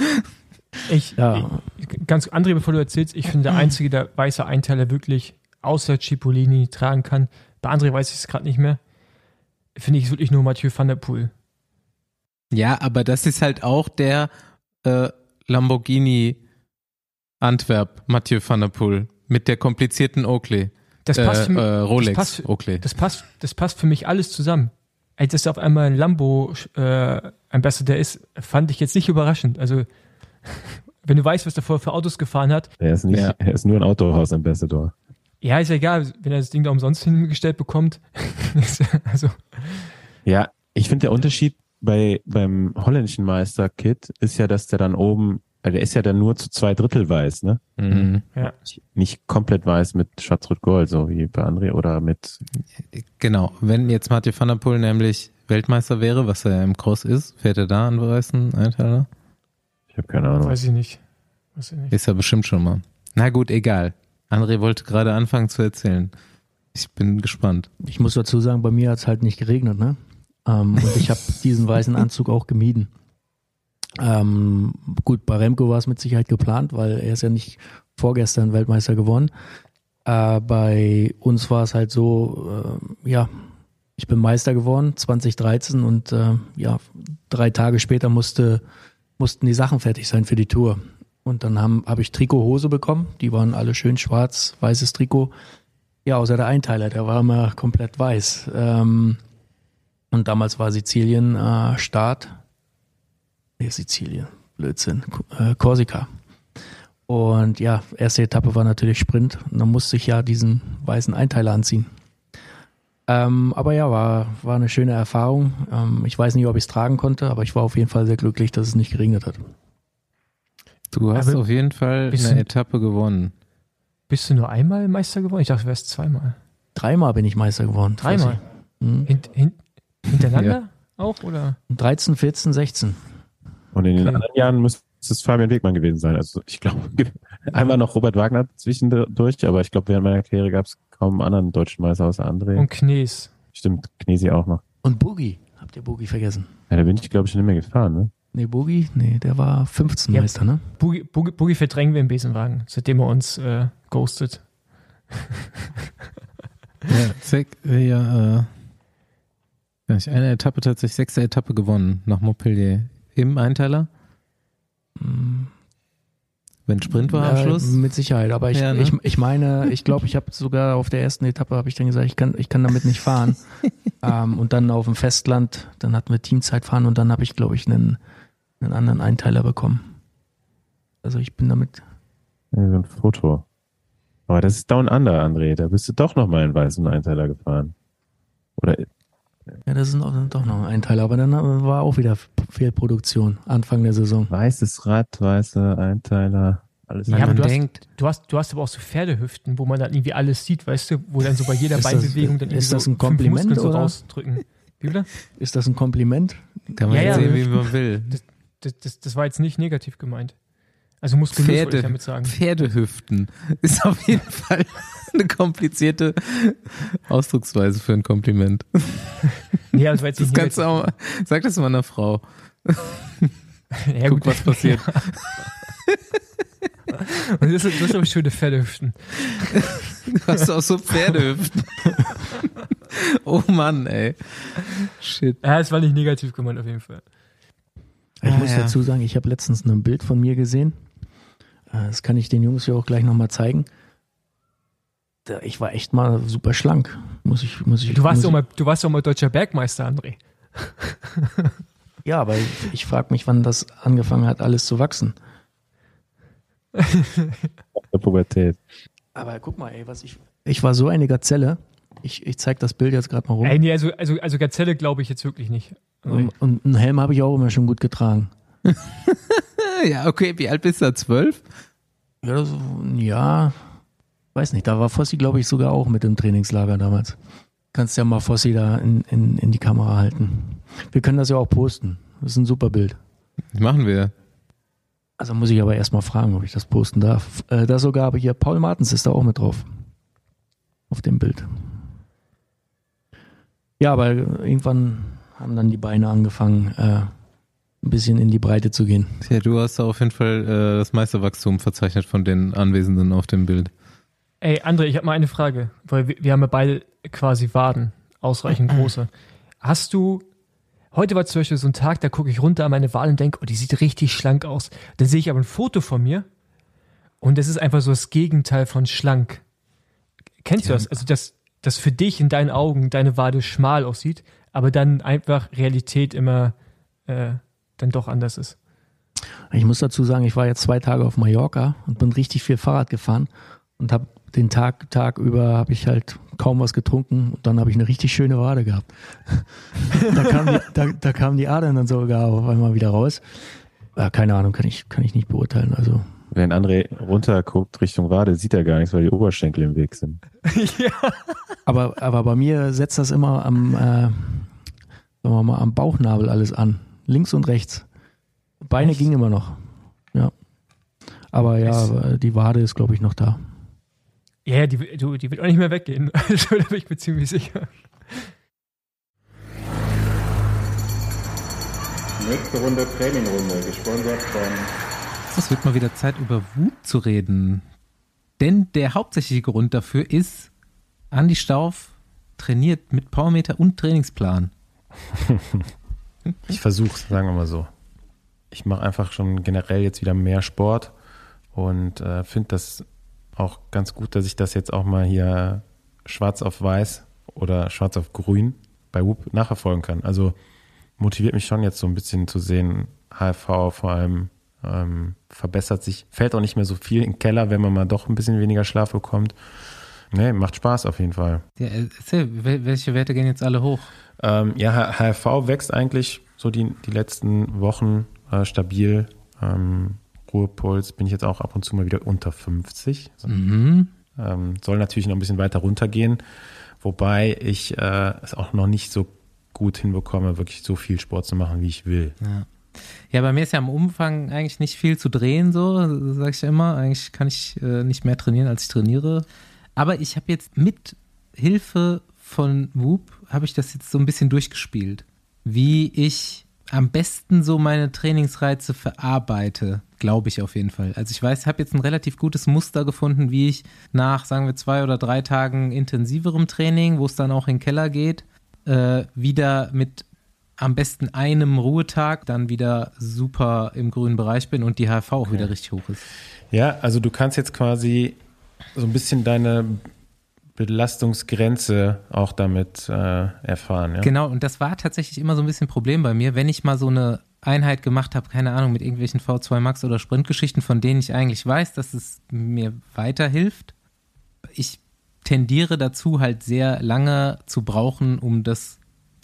Ganz André, bevor du erzählst, ich finde der einzige, der weiße Einteiler wirklich außer Cipollini tragen kann, bei André weiß ich es gerade nicht mehr, finde ich wirklich nur Mathieu van der Poel. Ja, aber das ist halt auch der Lamborghini Antwerp Mathieu van der Poel mit der komplizierten Oakley. Das passt für mich, Rolex Oakley. Das passt für mich alles zusammen. Als es auf einmal ein Lambo Ambassador ist, fand ich jetzt nicht überraschend. Also wenn du weißt, was der vorher für Autos gefahren hat. Er ist nur ein Autohaus-Ambassador. Ja, ist ja egal, wenn er das Ding da umsonst hingestellt bekommt. Also. Ja, ich finde der Unterschied beim holländischen Meister Kit ist ja, dass der dann oben, der ist ja dann nur zu 2/3 weiß, ne? Mhm. Ja. Nicht komplett weiß mit Schwarz-Rot-Gold, so wie bei André oder mit. Genau, wenn jetzt Mathieu van der Poel nämlich Weltmeister wäre, was er im Cross ist, fährt er da einen weißen Einteiler? Ich habe keine Ahnung. Weiß ich nicht. Ist er bestimmt schon mal. Na gut, egal. André wollte gerade anfangen zu erzählen. Ich bin gespannt. Ich muss dazu sagen, bei mir hat es halt nicht geregnet, ne? Und ich habe diesen weißen Anzug auch gemieden. Gut, bei Remco war es mit Sicherheit geplant, weil er ist ja nicht vorgestern Weltmeister geworden. Bei uns war es halt so, ich bin Meister geworden, 2013 und 3 Tage später mussten die Sachen fertig sein für die Tour. Und dann habe ich Trikothose bekommen, die waren alle schön schwarz, weißes Trikot. Ja, außer der Einteiler, der war immer komplett weiß. Und damals war Sizilien Start. Sizilien, Blödsinn, Korsika. Und ja, erste Etappe war natürlich Sprint. Und dann musste ich ja diesen weißen Einteiler anziehen. Aber ja, war eine schöne Erfahrung. Ich weiß nicht, ob ich es tragen konnte, aber ich war auf jeden Fall sehr glücklich, dass es nicht geregnet hat. Du hast auf jeden Fall eine Etappe gewonnen. Bist du nur einmal Meister geworden? Ich dachte, du wärst zweimal. 3-mal bin ich Meister geworden. Dreimal? Hintereinander auch? Oder? 13, 14, 16. Und in den anderen Jahren müsste es Fabian Wegmann gewesen sein. Also ich glaube, einmal noch Robert Wagner zwischendurch, aber ich glaube, während meiner Karriere gab es kaum einen anderen deutschen Meister außer André. Und Knies. Stimmt, Knesi auch noch. Und Boogie. Habt ihr Boogie vergessen? Ja, da bin ich, glaube ich, schon nicht mehr gefahren, ne? Nee, Boogie, der war 15 Meister, ne? Boogie verdrängen wir im Besenwagen, seitdem er uns ghostet. Ja, eine Etappe tatsächlich, 6. Etappe gewonnen nach Montpellier. Im Einteiler? Wenn Sprint war am Schluss? Mit Sicherheit, aber ich meine, ich glaube, ich habe sogar auf der ersten Etappe, habe ich dann gesagt, ich kann damit nicht fahren. Und dann auf dem Festland, dann hatten wir Teamzeit fahren und dann habe ich, glaube ich, einen anderen Einteiler bekommen. Also ich bin damit. Ja, so ein Foto. Aber das ist Down Under, André. Da bist du doch nochmal einen weißen Einteiler gefahren. Oder Ja, das ist doch noch ein Einteiler, aber dann war auch wieder Fehlproduktion, Anfang der Saison. Weißes Rad, weiße Einteiler, alles. Ja, aber man du denkt, hast aber auch so Pferdehüften, wo man dann irgendwie alles sieht, weißt du, wo dann so bei jeder Ist das- Beinbewegung dann ist irgendwie das so ein Kompliment, 5 Muskeln so oder? rausdrücken. Wie bitte? Ist das ein Kompliment? kann man Ja, jetzt ja. sehen, wie man will. Das war jetzt nicht negativ gemeint. Also muskulös wollte ich Pferde, damit sagen. Pferdehüften ist auf jeden Fall eine komplizierte Ausdrucksweise für ein Kompliment. Ja, das war jetzt Das nicht kannst du negativ. auch mal, sag das mal einer Frau. Ja, Guck, was passiert. Und das ist aber schöne Pferdehüften. Du hast auch so Pferdehüften. Oh Mann, ey. Shit. Ja, es war nicht negativ gemeint auf jeden Fall. Ich muss ja. dazu sagen, ich habe letztens ein Bild von mir gesehen. Das kann ich den Jungs ja auch gleich nochmal zeigen. Ich war echt mal super schlank. Du warst ja auch mal deutscher Bergmeister, André. Ja, aber ich frage mich, wann das angefangen hat, alles zu wachsen. Der Pubertät. Aber guck mal, ey, ich war so eine Gazelle. Ich zeig das Bild jetzt gerade mal rum. Nee, also Gazelle glaube ich jetzt wirklich nicht. Also, Und einen Helm habe ich auch immer schon gut getragen. Ja, okay, wie alt bist du? 12? Ja, weiß nicht. Da war Fossi, glaube ich, sogar auch mit im Trainingslager damals. Kannst ja mal Fossi da in die Kamera halten. Wir können das ja auch posten. Das ist ein super Bild. Machen wir. Also muss ich aber erstmal fragen, ob ich das posten darf. Da sogar, aber hier, Paul Martens ist da auch mit drauf. Auf dem Bild. Ja, aber irgendwann haben dann die Beine angefangen, ein bisschen in die Breite zu gehen. Ja, du hast da auf jeden Fall das meiste Wachstum verzeichnet von den Anwesenden auf dem Bild. Ey, André, ich habe mal eine Frage, weil wir haben ja beide quasi Waden, ausreichend große. Heute war zum Beispiel so ein Tag, da gucke ich runter an meine Wade und denke, oh, die sieht richtig schlank aus. Dann sehe ich aber ein Foto von mir und das ist einfach so das Gegenteil von schlank. Kennst du das? Also, dass für dich in deinen Augen deine Wade schmal aussieht, aber dann einfach Realität immer dann doch anders ist. Ich muss dazu sagen, ich war jetzt 2 Tage auf Mallorca und bin richtig viel Fahrrad gefahren und habe den Tag über habe ich halt kaum was getrunken und dann habe ich eine richtig schöne Wade gehabt. Da kamen die Adern dann sogar auf einmal wieder raus. Keine Ahnung, kann ich nicht beurteilen. Also Wenn André runterguckt Richtung Wade, sieht er gar nichts, weil die Oberschenkel im Weg sind. Ja. aber bei mir setzt das immer sagen wir mal, am Bauchnabel alles an. Links und rechts. Beine gingen immer noch. Ja. Aber ja, die Wade ist, glaube ich, noch da. Ja, die wird auch nicht mehr weggehen. Also, da bin ich mir ziemlich sicher. Nächste Runde Trainingrunde, gesponsert von... Es wird mal wieder Zeit, über Wut zu reden. Denn der hauptsächliche Grund dafür ist, Andi Stauf trainiert mit Powermeter und Trainingsplan. Ich versuch's, sagen wir mal so. Ich mache einfach schon generell jetzt wieder mehr Sport und finde das auch ganz gut, dass ich das jetzt auch mal hier schwarz auf weiß oder schwarz auf grün bei Whoop nachverfolgen kann. Also motiviert mich schon jetzt so ein bisschen zu sehen, HFV vor allem verbessert sich, fällt auch nicht mehr so viel in den Keller, wenn man mal doch ein bisschen weniger Schlaf bekommt. Nee, macht Spaß auf jeden Fall. Ja, erzähl, welche Werte gehen jetzt alle hoch? Ja, HFV wächst eigentlich so die letzten Wochen stabil. Ruhepuls bin ich jetzt auch ab und zu mal wieder unter 50. Soll natürlich noch ein bisschen weiter runtergehen, wobei ich es auch noch nicht so gut hinbekomme, wirklich so viel Sport zu machen, wie ich will. Ja, bei mir ist ja am Umfang eigentlich nicht viel zu drehen, so sage ich ja immer. Eigentlich kann ich nicht mehr trainieren, als ich trainiere. Aber ich habe jetzt mit Hilfe von Whoop, habe ich das jetzt so ein bisschen durchgespielt. Wie ich am besten so meine Trainingsreize verarbeite, glaube ich auf jeden Fall. Also ich weiß, ich habe jetzt ein relativ gutes Muster gefunden, wie ich nach, sagen wir, 2 oder 3 Tagen intensiverem Training, wo es dann auch in den Keller geht, wieder mit am besten einem Ruhetag dann wieder super im grünen Bereich bin und die HFV auch wieder richtig hoch ist. Ja, also du kannst jetzt quasi so ein bisschen deine Belastungsgrenze auch damit erfahren. Ja? Genau, und das war tatsächlich immer so ein bisschen ein Problem bei mir, wenn ich mal so eine Einheit gemacht habe, keine Ahnung, mit irgendwelchen V2 Max oder Sprintgeschichten, von denen ich eigentlich weiß, dass es mir weiterhilft. Ich tendiere dazu, halt sehr lange zu brauchen, um das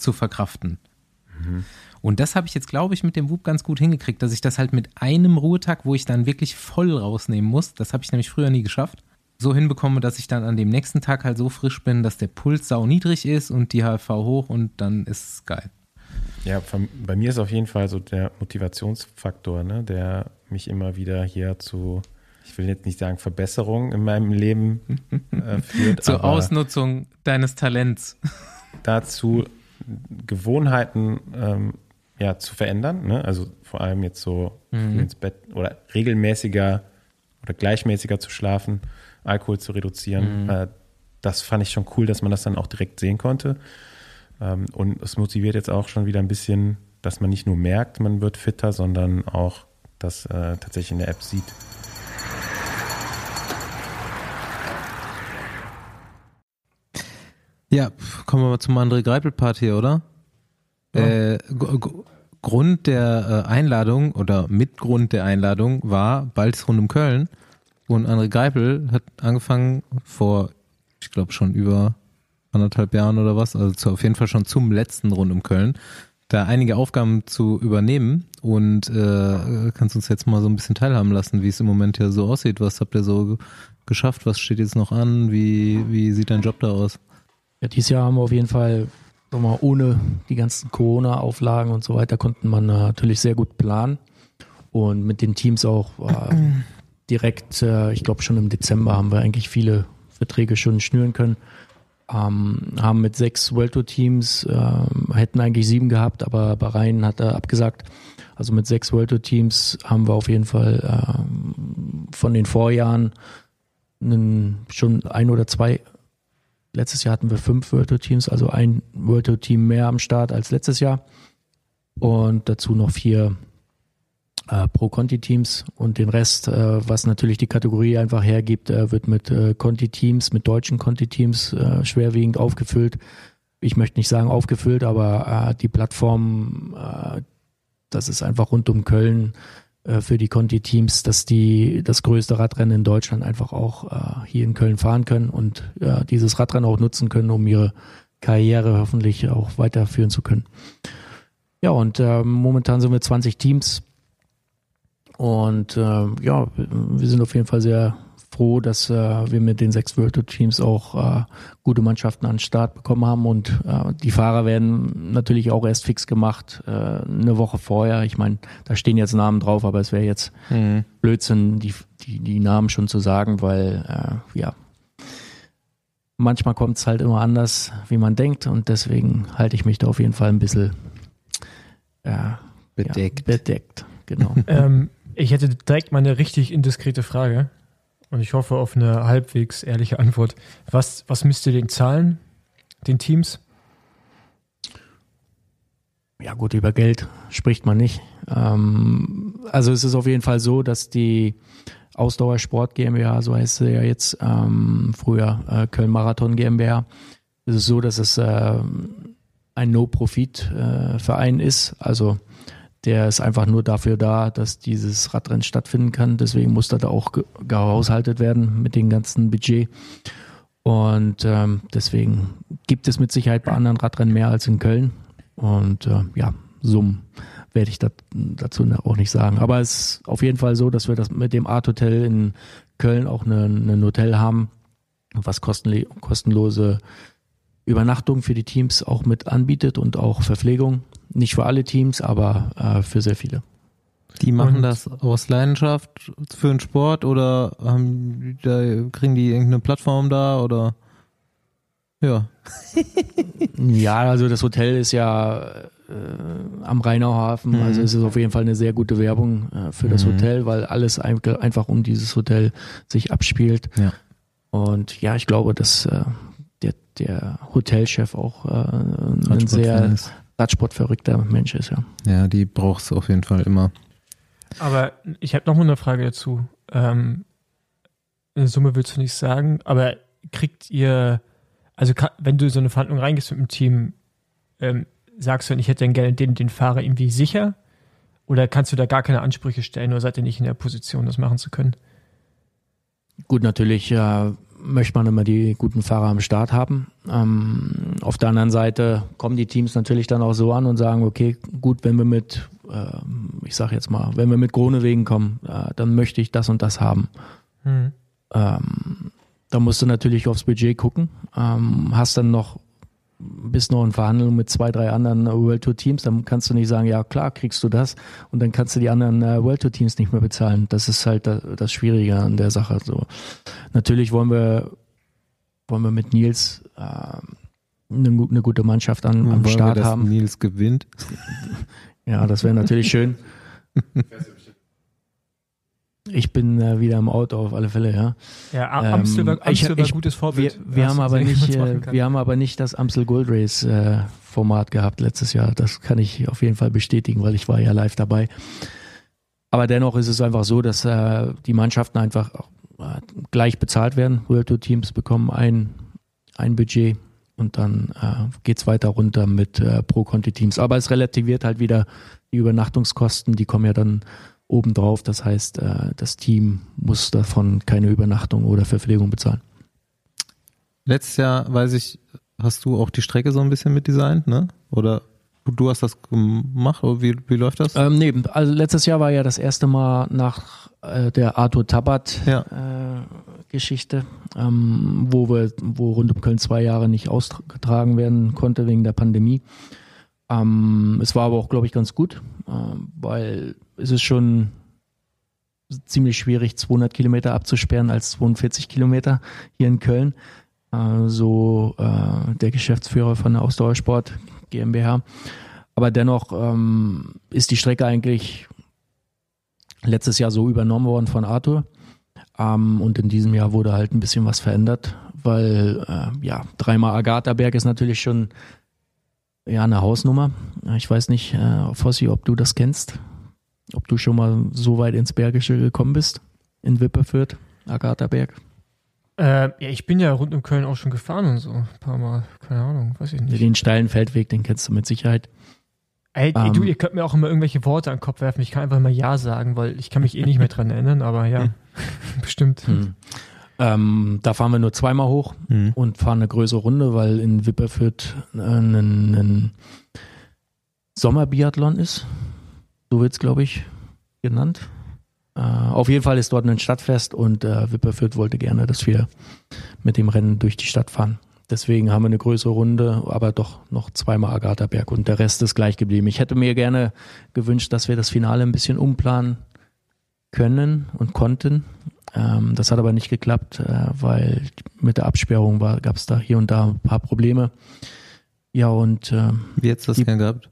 zu verkraften. Und das habe ich jetzt, glaube ich, mit dem Whoop ganz gut hingekriegt, dass ich das halt mit einem Ruhetag, wo ich dann wirklich voll rausnehmen muss, das habe ich nämlich früher nie geschafft, so hinbekomme, dass ich dann an dem nächsten Tag halt so frisch bin, dass der Puls sau niedrig ist und die HFV hoch und dann ist es geil. Ja, bei mir ist auf jeden Fall so der Motivationsfaktor, ne, der mich immer wieder hier zu, ich will jetzt nicht sagen Verbesserung in meinem Leben führt. Zur Ausnutzung deines Talents. Dazu Gewohnheiten zu verändern, ne? Also vor allem jetzt so früh ins Bett oder regelmäßiger oder gleichmäßiger zu schlafen, Alkohol zu reduzieren. Das fand ich schon cool, dass man das dann auch direkt sehen konnte. Und es motiviert jetzt auch schon wieder ein bisschen, dass man nicht nur merkt, man wird fitter, sondern auch das tatsächlich in der App sieht. Ja, kommen wir mal zum André Greipel-Part hier, oder? Ja. Grund der Einladung oder Mitgrund der Einladung war bald rund um Köln und André Greipel hat angefangen vor, ich glaube schon über 1,5 Jahren oder was, also auf jeden Fall schon zum letzten Rund um Köln, da einige Aufgaben zu übernehmen und kannst uns jetzt mal so ein bisschen teilhaben lassen, wie es im Moment ja so aussieht. Was habt ihr so geschafft? Was steht jetzt noch an? Wie sieht dein Job da aus? Ja, dieses Jahr haben wir auf jeden Fall, sagen wir mal, ohne die ganzen Corona-Auflagen und so weiter, konnten man natürlich sehr gut planen und mit den Teams auch direkt, ich glaube schon im Dezember haben wir eigentlich viele Verträge schon schnüren können. Haben mit 6 World Tour Teams, hätten eigentlich 7 gehabt, aber Bahrain hat abgesagt. Also mit 6 World Tour Teams haben wir auf jeden Fall von den Vorjahren schon 1 oder 2. Letztes Jahr hatten wir 5 World Tour Teams, also ein World Tour Team mehr am Start als letztes Jahr. Und dazu noch 4 Pro-Conti-Teams und den Rest, was natürlich die Kategorie einfach hergibt, wird mit Conti-Teams, mit deutschen Conti-Teams schwerwiegend aufgefüllt. Ich möchte nicht sagen aufgefüllt, aber die Plattform, das ist einfach rund um Köln für die Conti-Teams, dass die das größte Radrennen in Deutschland einfach auch hier in Köln fahren können und dieses Radrennen auch nutzen können, um ihre Karriere hoffentlich auch weiterführen zu können. Ja, und momentan sind wir 20 Teams. Und wir sind auf jeden Fall sehr froh, dass wir mit den 6 World Tour Teams auch gute Mannschaften an den Start bekommen haben. Und die Fahrer werden natürlich auch erst fix gemacht, eine Woche vorher. Ich meine, da stehen jetzt Namen drauf, aber es wäre jetzt Blödsinn, die Namen schon zu sagen, weil manchmal kommt es halt immer anders, wie man denkt. Und deswegen halte ich mich da auf jeden Fall ein bisschen bedeckt. Genau. Ich hätte direkt mal eine richtig indiskrete Frage und ich hoffe auf eine halbwegs ehrliche Antwort. Was müsst ihr den zahlen, den Teams? Ja gut, über Geld spricht man nicht. Also es ist auf jeden Fall so, dass die Ausdauersport GmbH, so heißt sie ja jetzt, früher Köln Marathon GmbH, es ist so, dass es ein No-Profit-Verein ist, also der ist einfach nur dafür da, dass dieses Radrennen stattfinden kann. Deswegen muss da auch gehaushaltet werden mit dem ganzen Budget. Und deswegen gibt es mit Sicherheit bei anderen Radrennen mehr als in Köln. Und Summen werde ich dazu auch nicht sagen. Aber es ist auf jeden Fall so, dass wir das mit dem Art Hotel in Köln auch ein Hotel haben, was kostenlose Übernachtung für die Teams auch mit anbietet und auch Verpflegung. Nicht für alle Teams, aber für sehr viele. Die machen das aus Leidenschaft für den Sport oder kriegen die irgendeine Plattform da oder? Ja. Ja, also das Hotel ist ja am Rheinauhafen, also es ist auf jeden Fall eine sehr gute Werbung für das Hotel, weil alles einfach um dieses Hotel sich abspielt. Ja. Und ja, ich glaube, dass der Hotelchef auch ein sehr Radsportverrückter Mensch ist, ja. Ja, die brauchst du auf jeden Fall immer. Aber ich habe noch mal eine Frage dazu. Eine Summe willst du nicht sagen, aber kriegt ihr, also wenn du so eine Verhandlung reingehst mit dem Team, sagst du, ich hätte dann gerne den Fahrer irgendwie sicher? Oder kannst du da gar keine Ansprüche stellen oder seid ihr nicht in der Position, das machen zu können? Gut, natürlich möchte man immer die guten Fahrer am Start haben. Auf der anderen Seite kommen die Teams natürlich dann auch so an und sagen, okay, gut, wenn wir mit, wenn wir mit Groenewegen kommen, dann möchte ich das und das haben. Da musst du natürlich aufs Budget gucken. Hast dann bist noch in Verhandlungen mit 2, 3 anderen World Tour Teams, dann kannst du nicht sagen, ja klar, kriegst du das und dann kannst du die anderen World Tour Teams nicht mehr bezahlen. Das ist halt das Schwierige an der Sache. So. Natürlich wollen wir mit Nils eine gute Mannschaft am Start haben. Nils gewinnt. Ja, das wäre natürlich schön. Ich bin wieder im Auto auf alle Fälle, ja. Ja, Amstel war gutes Vorbild. Wir haben aber nicht das Amstel Gold Race Format gehabt letztes Jahr. Das kann ich auf jeden Fall bestätigen, weil ich war ja live dabei. Aber dennoch ist es einfach so, dass die Mannschaften einfach gleich bezahlt werden. World Tour Teams bekommen ein Budget und dann geht's weiter runter mit Pro-Conti-Teams. Aber es relativiert halt wieder die Übernachtungskosten, die kommen ja dann obendrauf. Das heißt, das Team muss davon keine Übernachtung oder Verpflegung bezahlen. Letztes Jahr, weiß ich, hast du auch die Strecke so ein bisschen mitdesignt, ne? Oder du hast das gemacht? Oder wie läuft das? Nee, also letztes Jahr war ja das erste Mal nach der Arthur Tabat Geschichte, wo rund um Köln 2 Jahre nicht ausgetragen werden konnte wegen der Pandemie. Es war aber auch, glaube ich, ganz gut, weil es ist schon ziemlich schwierig, 200 Kilometer abzusperren als 42 Kilometer hier in Köln. Der Geschäftsführer von der Ausdauersport GmbH. Aber dennoch ist die Strecke eigentlich letztes Jahr so übernommen worden von Arthur. Und in diesem Jahr wurde halt ein bisschen was verändert, weil 3-mal Agatha-Berg ist natürlich schon eine Hausnummer. Ich weiß nicht, Fossi, ob du das kennst, ob du schon mal so weit ins Bergische gekommen bist, in Wipperfürth, Agatha-Berg. Ich bin ja rund um Köln auch schon gefahren und so, ein paar Mal, keine Ahnung, weiß ich nicht. Den steilen Feldweg, den kennst du mit Sicherheit. Ey, du, ihr könnt mir auch immer irgendwelche Worte an den Kopf werfen, ich kann einfach mal Ja sagen, weil ich kann mich nicht mehr dran erinnern, aber ja, bestimmt. Da fahren wir nur 2-mal hoch und fahren eine größere Runde, weil in Wipperfürth ein Sommerbiathlon ist. So wird es, glaube ich, genannt. Auf jeden Fall ist dort ein Stadtfest und Wipperfürth wollte gerne, dass wir mit dem Rennen durch die Stadt fahren. Deswegen haben wir eine größere Runde, aber doch noch 2-mal Agatha-Berg und der Rest ist gleich geblieben. Ich hätte mir gerne gewünscht, dass wir das Finale ein bisschen umplanen können und konnten. Das hat aber nicht geklappt, weil mit der Absperrung gab es da hier und da ein paar Probleme. Ja, und wie hättest du das gern gehabt?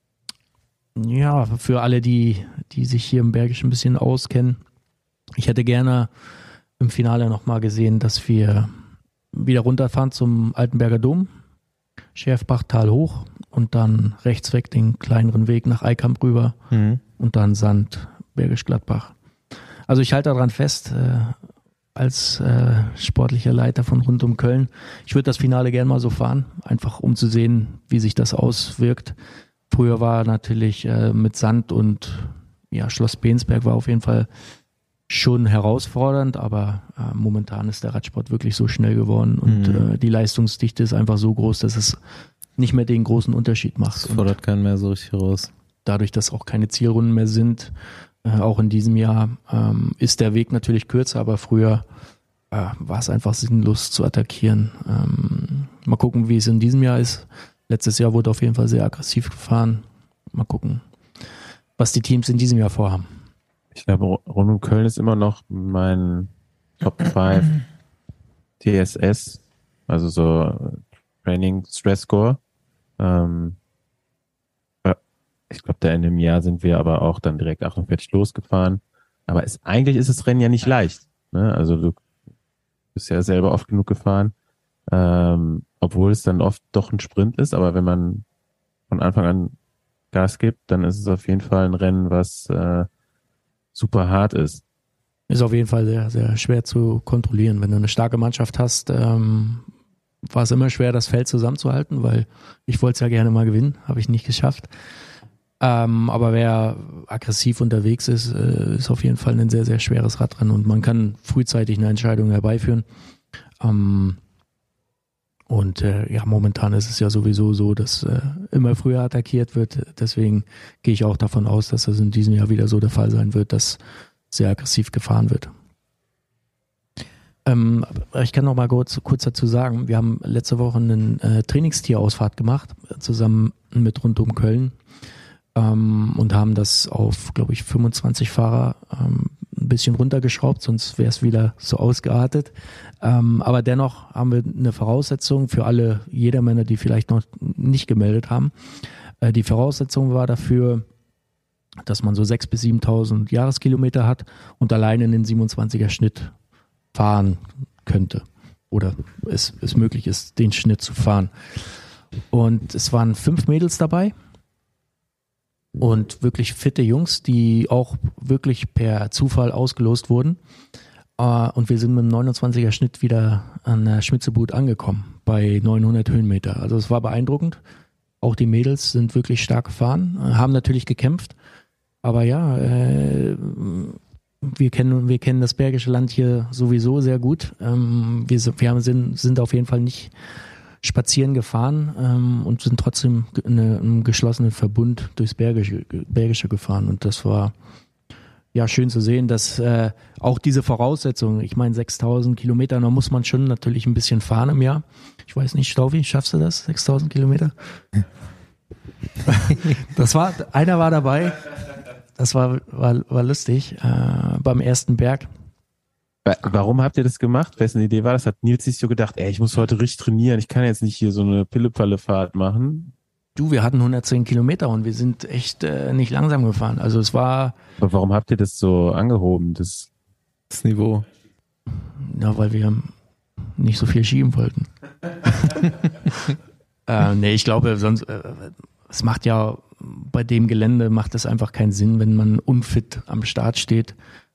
Ja, für alle, die sich hier im Bergischen ein bisschen auskennen. Ich hätte gerne im Finale nochmal gesehen, dass wir wieder runterfahren zum Altenberger Dom, Schärfbachtal hoch und dann rechts weg den kleineren Weg nach Eikamp rüber und dann Sand, Bergisch Gladbach. Also ich halte daran fest, als sportlicher Leiter von rund um Köln. Ich würde das Finale gerne mal so fahren, einfach um zu sehen, wie sich das auswirkt. Früher war natürlich mit Sand und Schloss Bensberg war auf jeden Fall schon herausfordernd, aber momentan ist der Radsport wirklich so schnell geworden und die Leistungsdichte ist einfach so groß, dass es nicht mehr den großen Unterschied macht. Das fordert keinen mehr so richtig raus. Dadurch, dass auch keine Zielrunden mehr sind, auch in diesem Jahr ist der Weg natürlich kürzer, aber früher war es einfach sinnlos zu attackieren. Mal gucken, wie es in diesem Jahr ist. Letztes Jahr wurde auf jeden Fall sehr aggressiv gefahren. Mal gucken, was die Teams in diesem Jahr vorhaben. Ich glaube, rund um Köln ist immer noch mein Top 5 TSS, also so Training Stress Score. Ich glaube, da in dem Jahr sind wir aber auch dann direkt 48 losgefahren. Aber eigentlich ist das Rennen ja nicht leicht. Ne? Also du bist ja selber oft genug gefahren, obwohl es dann oft doch ein Sprint ist. Aber wenn man von Anfang an Gas gibt, dann ist es auf jeden Fall ein Rennen, was super hart ist. Ist auf jeden Fall sehr, sehr schwer zu kontrollieren. Wenn du eine starke Mannschaft hast, war es immer schwer, das Feld zusammenzuhalten, weil ich wollte es ja gerne mal gewinnen, habe ich nicht geschafft. Aber wer aggressiv unterwegs ist, ist auf jeden Fall ein sehr, sehr schweres Radrennen und man kann frühzeitig eine Entscheidung herbeiführen. Momentan ist es ja sowieso so, dass immer früher attackiert wird. Deswegen gehe ich auch davon aus, dass das in diesem Jahr wieder so der Fall sein wird, dass sehr aggressiv gefahren wird. Ich kann noch mal kurz dazu sagen, wir haben letzte Woche eine Trainingstierausfahrt gemacht, zusammen mit Rund um Köln, und haben das auf, glaube ich, 25 Fahrer ein bisschen runtergeschraubt, sonst wäre es wieder so ausgeartet. Aber dennoch haben wir eine Voraussetzung für alle Jedermänner, die vielleicht noch nicht gemeldet haben. Die Voraussetzung war dafür, dass man so 6.000 bis 7.000 Jahreskilometer hat und alleine einen 27er Schnitt fahren könnte oder es möglich ist, den Schnitt zu fahren. Und es waren 5 Mädels dabei und wirklich fitte Jungs, die auch wirklich per Zufall ausgelost wurden. Und wir sind mit einem 29er Schnitt wieder an der Schmitzebut angekommen, bei 900 Höhenmeter. Also es war beeindruckend. Auch die Mädels sind wirklich stark gefahren, haben natürlich gekämpft. Aber ja, wir kennen das Bergische Land hier sowieso sehr gut. Wir sind auf jeden Fall nicht spazieren gefahren und sind trotzdem in einem geschlossenen Verbund durchs Bergische gefahren. Und das war ja schön zu sehen, dass auch diese Voraussetzungen, ich meine 6.000 Kilometer, da muss man schon natürlich ein bisschen fahren im Jahr. Ich weiß nicht, Staufi, schaffst du das, 6.000 Kilometer? Einer war dabei. Das war lustig, beim ersten Berg. Warum habt ihr das gemacht? Wessen Idee war das? Hat Nils sich so gedacht, ich muss heute richtig trainieren, ich kann jetzt nicht hier so eine Pille-Palle-Fahrt machen? Du, wir hatten 110 Kilometer und wir sind echt nicht langsam gefahren. Also es war... Aber warum habt ihr das so angehoben, das Niveau? Ja, weil wir nicht so viel schieben wollten. Ich glaube, sonst... es macht ja... Bei dem Gelände macht es einfach keinen Sinn, wenn man unfit am Start steht.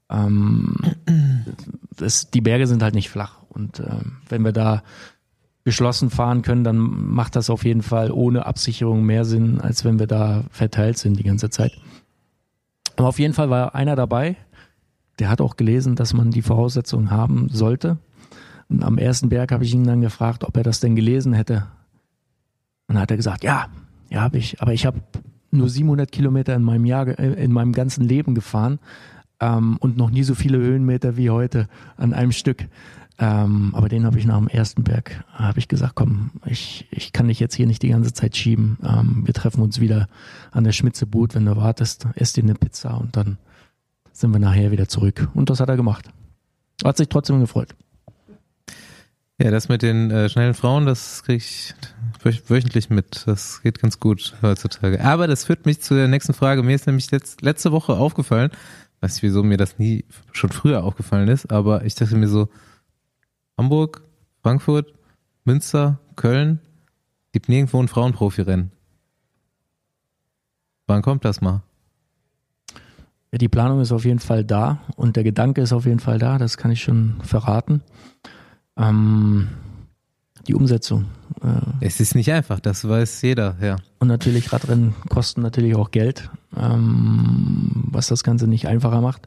Die Berge sind halt nicht flach. Und wenn wir da geschlossen fahren können, dann macht das auf jeden Fall ohne Absicherung mehr Sinn, als wenn wir da verteilt sind die ganze Zeit. Aber auf jeden Fall war einer dabei, der hat auch gelesen, dass man die Voraussetzungen haben sollte. Und am ersten Berg habe ich ihn dann gefragt, ob er das denn gelesen hätte. Und dann hat er gesagt, ja, habe ich. Aber ich habe nur 700 Kilometer in meinem ganzen Leben gefahren und noch nie so viele Höhenmeter wie heute an einem Stück. Aber den habe ich nach dem ersten Berg, habe ich gesagt, komm, ich kann dich jetzt hier nicht die ganze Zeit schieben. Wir treffen uns wieder an der Schmitzebut, wenn du wartest, ess dir eine Pizza und dann sind wir nachher wieder zurück. Und das hat er gemacht. Hat sich trotzdem gefreut. Ja, das mit den schnellen Frauen, das kriege ich wöchentlich mit. Das geht ganz gut heutzutage. Aber das führt mich zu der nächsten Frage. Mir ist nämlich letzte Woche aufgefallen, weiß nicht, wieso mir das nie schon früher aufgefallen ist, aber ich dachte mir so, Hamburg, Frankfurt, Münster, Köln, gibt nirgendwo ein Frauenprofi-Rennen. Wann kommt das mal? Ja, die Planung ist auf jeden Fall da und der Gedanke ist auf jeden Fall da, das kann ich schon verraten. Die Umsetzung. Es ist nicht einfach, das weiß jeder, ja. Und natürlich, Radrennen kosten natürlich auch Geld, was das Ganze nicht einfacher macht.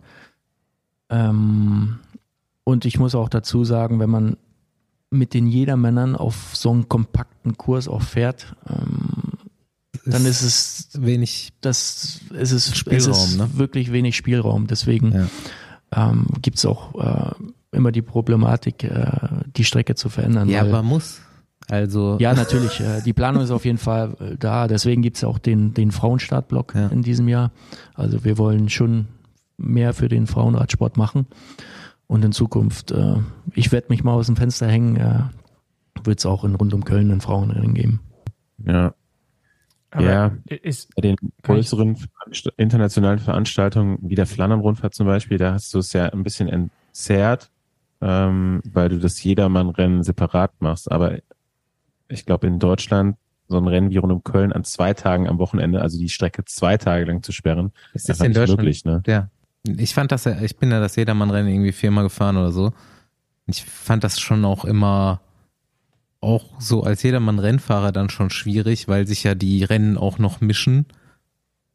Und ich muss auch dazu sagen, wenn man mit den Jedermännern auf so einen kompakten Kurs auch fährt, dann ist es wenig Spielraum, ne? Wirklich wenig Spielraum. Deswegen gibt es auch immer die Problematik, die Strecke zu verändern. Ja, aber muss. Also ja, natürlich. Die Planung ist auf jeden Fall da. Deswegen gibt es auch den Frauenstartblock in diesem Jahr. Also wir wollen schon mehr für den Frauenradsport machen. Und in Zukunft, ich werde mich mal aus dem Fenster hängen, wird es auch rund um Köln ein Frauenrennen geben. Ja. Aber bei den größeren internationalen Veranstaltungen, wie der Flandern-Rundfahrt zum Beispiel, da hast du es ja ein bisschen entzerrt, weil du das Jedermann-Rennen separat machst. Aber ich glaube, in Deutschland so ein Rennen wie rund um Köln an 2 Tagen am Wochenende, also die Strecke 2 Tage lang zu sperren, ist das in Deutschland möglich, ne? Ja. Ich bin ja das Jedermann-Rennen irgendwie 4-mal gefahren oder so. Ich fand das schon auch immer auch so als Jedermann-Rennfahrer dann schon schwierig, weil sich ja die Rennen auch noch mischen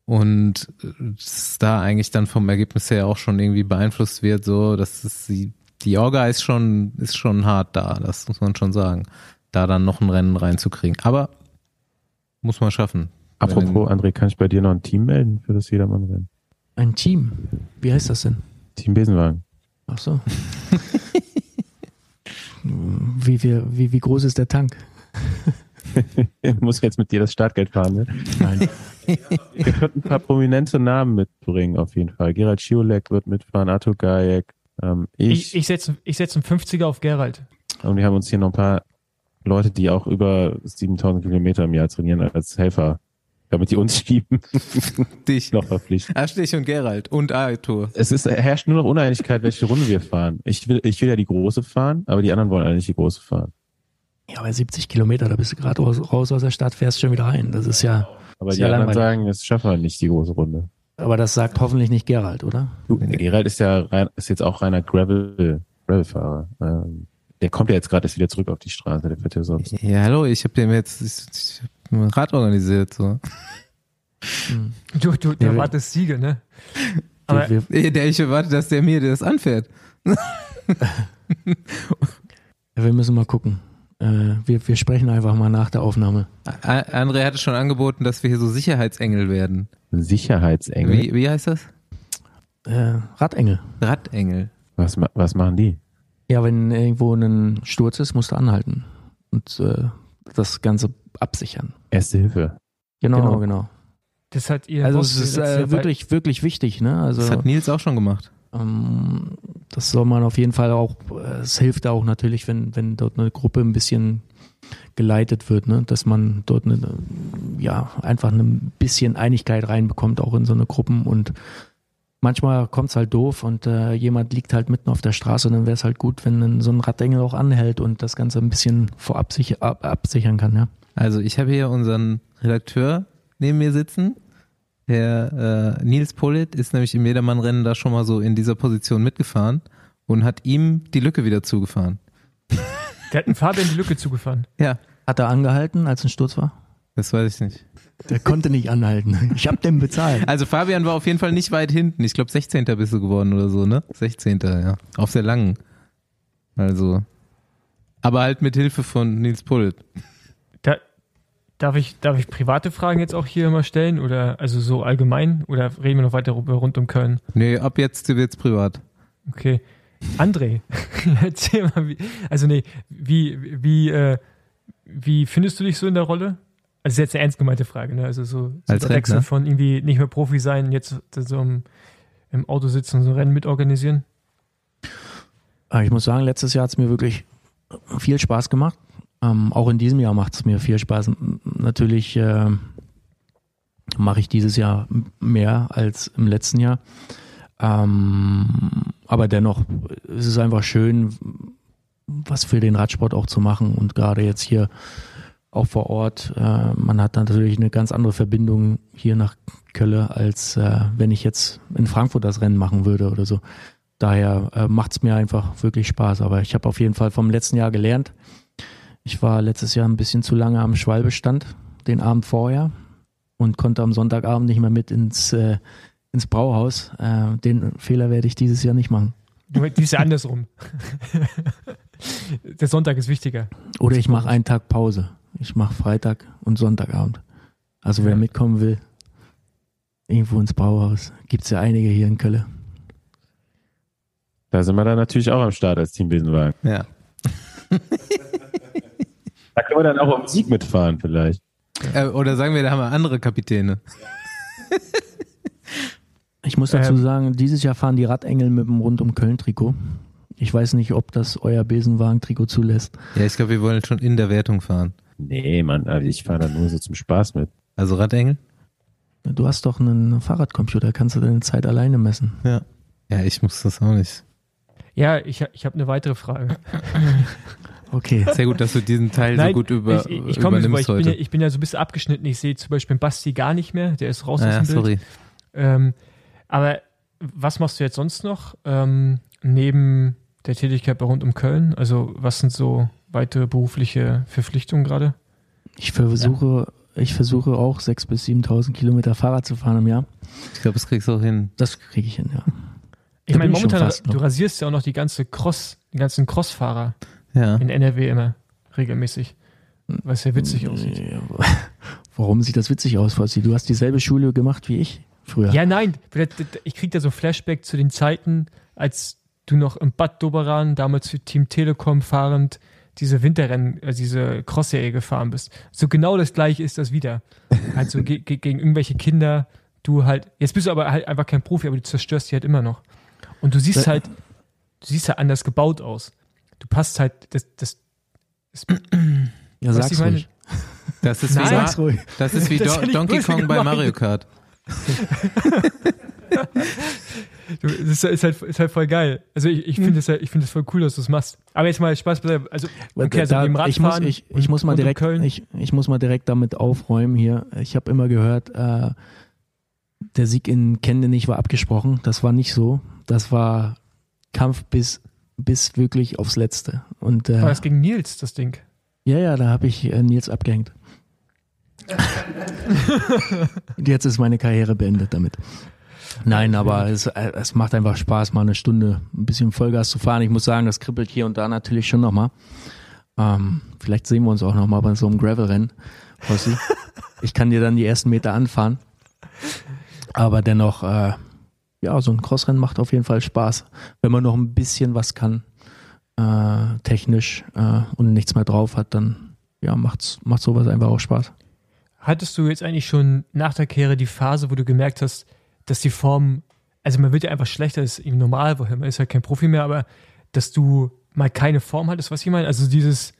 und es da eigentlich dann vom Ergebnis her auch schon irgendwie beeinflusst wird, so dass es die Orga ist schon hart da, das muss man schon sagen. Da dann noch ein Rennen reinzukriegen. Aber muss man schaffen. Apropos, André, kann ich bei dir noch ein Team melden für das Jedermann-Rennen? Ein Team? Wie heißt das denn? Team Besenwagen. Ach so. Wie groß ist der Tank? Ich muss jetzt mit dir das Startgeld fahren, ne? Nein. Wir könnten ein paar prominente Namen mitbringen, auf jeden Fall. Gerald Schiolek wird mitfahren, Arthur Gajek, Ich setze einen 50er auf Gerald. Und wir haben uns hier noch ein paar Leute, die auch über 7000 Kilometer im Jahr trainieren als Helfer, damit die uns schieben. Dich. Noch verpflichtet. Stich und Gerald und Arthur. Herrscht nur noch Uneinigkeit, welche Runde wir fahren. Ich will ja die große fahren, aber die anderen wollen alle nicht die große fahren. Ja, bei 70 Kilometer, da bist du gerade raus aus der Stadt, fährst schon wieder rein. Das ist ja. Aber ist die ja anderen langweilig. sagen, das schaffen wir nicht, die große Runde. Aber das sagt hoffentlich nicht Gerald, oder? Gerald ist jetzt auch reiner Gravel-Fahrer. Der kommt ja jetzt gerade erst wieder zurück auf die Straße, der fährt ja sonst. Ja, hallo, ich habe dem jetzt ich hab ein Rad organisiert. So. Du Ja, erwartest Siege, ne? Aber Ich erwarte, dass der mir das anfährt. Ja, wir müssen mal gucken. Wir sprechen einfach mal nach der Aufnahme. André hatte schon angeboten, dass wir hier so Sicherheitsengel werden. Sicherheitsengel. Wie heißt das? Radengel. Radengel. Was machen die? Ja, wenn irgendwo ein Sturz ist, musst du anhalten und das Ganze absichern. Erste Hilfe. Genau. das hat ihr. Also es ist wirklich, wirklich wichtig, ne? Also Das hat Nils auch schon gemacht. das soll man auf jeden Fall auch, es hilft auch natürlich, wenn dort eine Gruppe ein bisschen geleitet wird, ne? Dass man dort einfach ein bisschen Einigkeit reinbekommt, auch in so eine Gruppen, und manchmal kommt es halt doof und jemand liegt halt mitten auf der Straße, und dann wäre es halt gut, wenn so ein Radengel auch anhält und das Ganze ein bisschen vorab absichern kann, ja. Also ich habe hier unseren Redakteur neben mir sitzen. Der Nils Pollitt ist nämlich im Jedermann-Rennen da schon mal so in dieser Position mitgefahren und hat ihm die Lücke wieder zugefahren. Der hat einen Fabian die Lücke zugefahren. Ja, Hat er angehalten, als ein Sturz war? das weiß ich nicht. Der konnte nicht anhalten. Ich hab den bezahlt. Also Fabian war auf jeden Fall nicht weit hinten. Ich glaube 16. bist du geworden oder so, ne? 16. ja. Auf der langen. Also. Aber halt mit Hilfe von Nils Pollitt. Darf ich private Fragen jetzt auch hier mal stellen? Oder also so allgemein? Oder reden wir noch weiter rund um Köln? Nee, ab jetzt wird's privat. Okay. André, erzähl mal, wie findest du dich so in der Rolle? Also das ist jetzt eine ernst gemeinte Frage, ne? Also so Als der Wechsel Rentner? von irgendwie nicht mehr Profi sein, jetzt so im Auto sitzen und so ein Rennen mitorganisieren. Aber ich muss sagen, letztes Jahr hat es mir wirklich viel Spaß gemacht. Auch in diesem Jahr macht es mir viel Spaß. Natürlich mache ich dieses Jahr mehr als im letzten Jahr. Aber dennoch ist es einfach schön, was für den Radsport auch zu machen. Und gerade jetzt hier auch vor Ort, man hat natürlich eine ganz andere Verbindung hier nach Köln, als wenn ich jetzt in Frankfurt das Rennen machen würde oder so. Daher macht es mir einfach wirklich Spaß. Aber ich habe auf jeden Fall vom letzten Jahr gelernt. Ich war letztes Jahr ein bisschen zu lange am Schwalbestand, den Abend vorher, und konnte am Sonntagabend nicht mehr mit ins Brauhaus. Den Fehler werde ich dieses Jahr nicht machen. Dieses Jahr andersrum. Der Sonntag ist wichtiger. Oder ich mache einen Tag Pause. Ich mache Freitag und Sonntagabend. Also wer mitkommen will, irgendwo ins Brauhaus. Gibt es ja einige hier in Köln. Da sind wir dann natürlich auch am Start als Team Besenwagen. Ja. Da können wir dann auch um Sieg mitfahren vielleicht. Oder sagen wir, da haben wir andere Kapitäne. Ich muss dazu sagen, dieses Jahr fahren die Radengel mit dem Rund-um-Köln-Trikot. Ich weiß nicht, ob das euer Besenwagen-Trikot zulässt. Ja, ich glaube, wir wollen schon in der Wertung fahren. Nee, Mann, also ich fahre da nur so zum Spaß mit. Also Radengel? Du hast doch einen Fahrradcomputer, kannst du deine Zeit alleine messen. Ja. Ja, ich muss das auch nicht. Ja, ich habe eine weitere Frage. Okay. Sehr gut, dass du diesen Teil so gut ich komme so, übernimmst heute. ich bin ja so ein bisschen abgeschnitten. Ich sehe zum Beispiel Basti gar nicht mehr, der ist raus aus Ja, dem Bild. sorry. Aber was machst du jetzt sonst noch neben der Tätigkeit bei Rund um Köln? Also was sind so weitere berufliche Verpflichtungen gerade? Ich versuche auch 6.000 bis 7.000 Kilometer Fahrrad zu fahren im Jahr. Ich glaube, das kriegst du auch hin. Das kriege ich hin, ja. Ich Da meine, bin ich schon momentan, fast du noch. rasierst ja auch noch die ganzen Crossfahrer Ja. in NRW immer regelmäßig. Was ja witzig aussieht. Warum sieht das witzig aus, Fossi? Du hast dieselbe Schule gemacht wie ich früher. Ja, nein, ich krieg da so Flashback zu den Zeiten, als du noch im Bad Doberan, damals für Team Telekom fahrend, diese Winterrennen, diese Cross-Serie gefahren bist. So genau das gleiche ist das wieder. Halt so gegen irgendwelche Kinder, du halt, jetzt bist du aber halt einfach kein Profi, aber du zerstörst die halt immer noch. Und du siehst halt anders gebaut aus. Du passt halt, Ja, was sag's ich meine- ruhig. Das ist wie, Nein. Sag's ruhig. das ist wie Das ist ja nicht Donkey böse Kong bei gemeint. Mario Kart. Das ist halt voll geil. Also ich finde es voll cool, dass du es machst. Aber jetzt mal Spaß beiseite. Also, okay, also Da- mit dem Radfahren ich muss mal und in direkt, Köln. ich muss mal direkt damit aufräumen hier. Ich habe immer gehört, der Sieg in Kendenich war abgesprochen. Das war nicht so. Das war Kampf bis wirklich aufs Letzte. Und War das gegen Nils, das Ding? ja, da habe ich Nils abgehängt. Und jetzt ist meine Karriere beendet damit. Nein, aber es macht einfach Spaß, mal eine Stunde ein bisschen Vollgas zu fahren. Ich muss sagen, das kribbelt hier und da natürlich schon nochmal. Vielleicht sehen wir uns auch nochmal bei so einem Gravel-Rennen, Rossi. Ich kann dir dann die ersten Meter anfahren. Aber dennoch, ja, so ein Crossrennen macht auf jeden Fall Spaß. Wenn man noch ein bisschen was kann, technisch und nichts mehr drauf hat, dann ja, macht sowas einfach auch Spaß. Hattest du jetzt eigentlich schon nach der Karriere die Phase, wo du gemerkt hast, dass die Form, also man wird ja einfach schlechter, das ist eben normal, woher man ist halt kein Profi mehr, aber dass du mal keine Form hattest, was ich meine? Also dieses,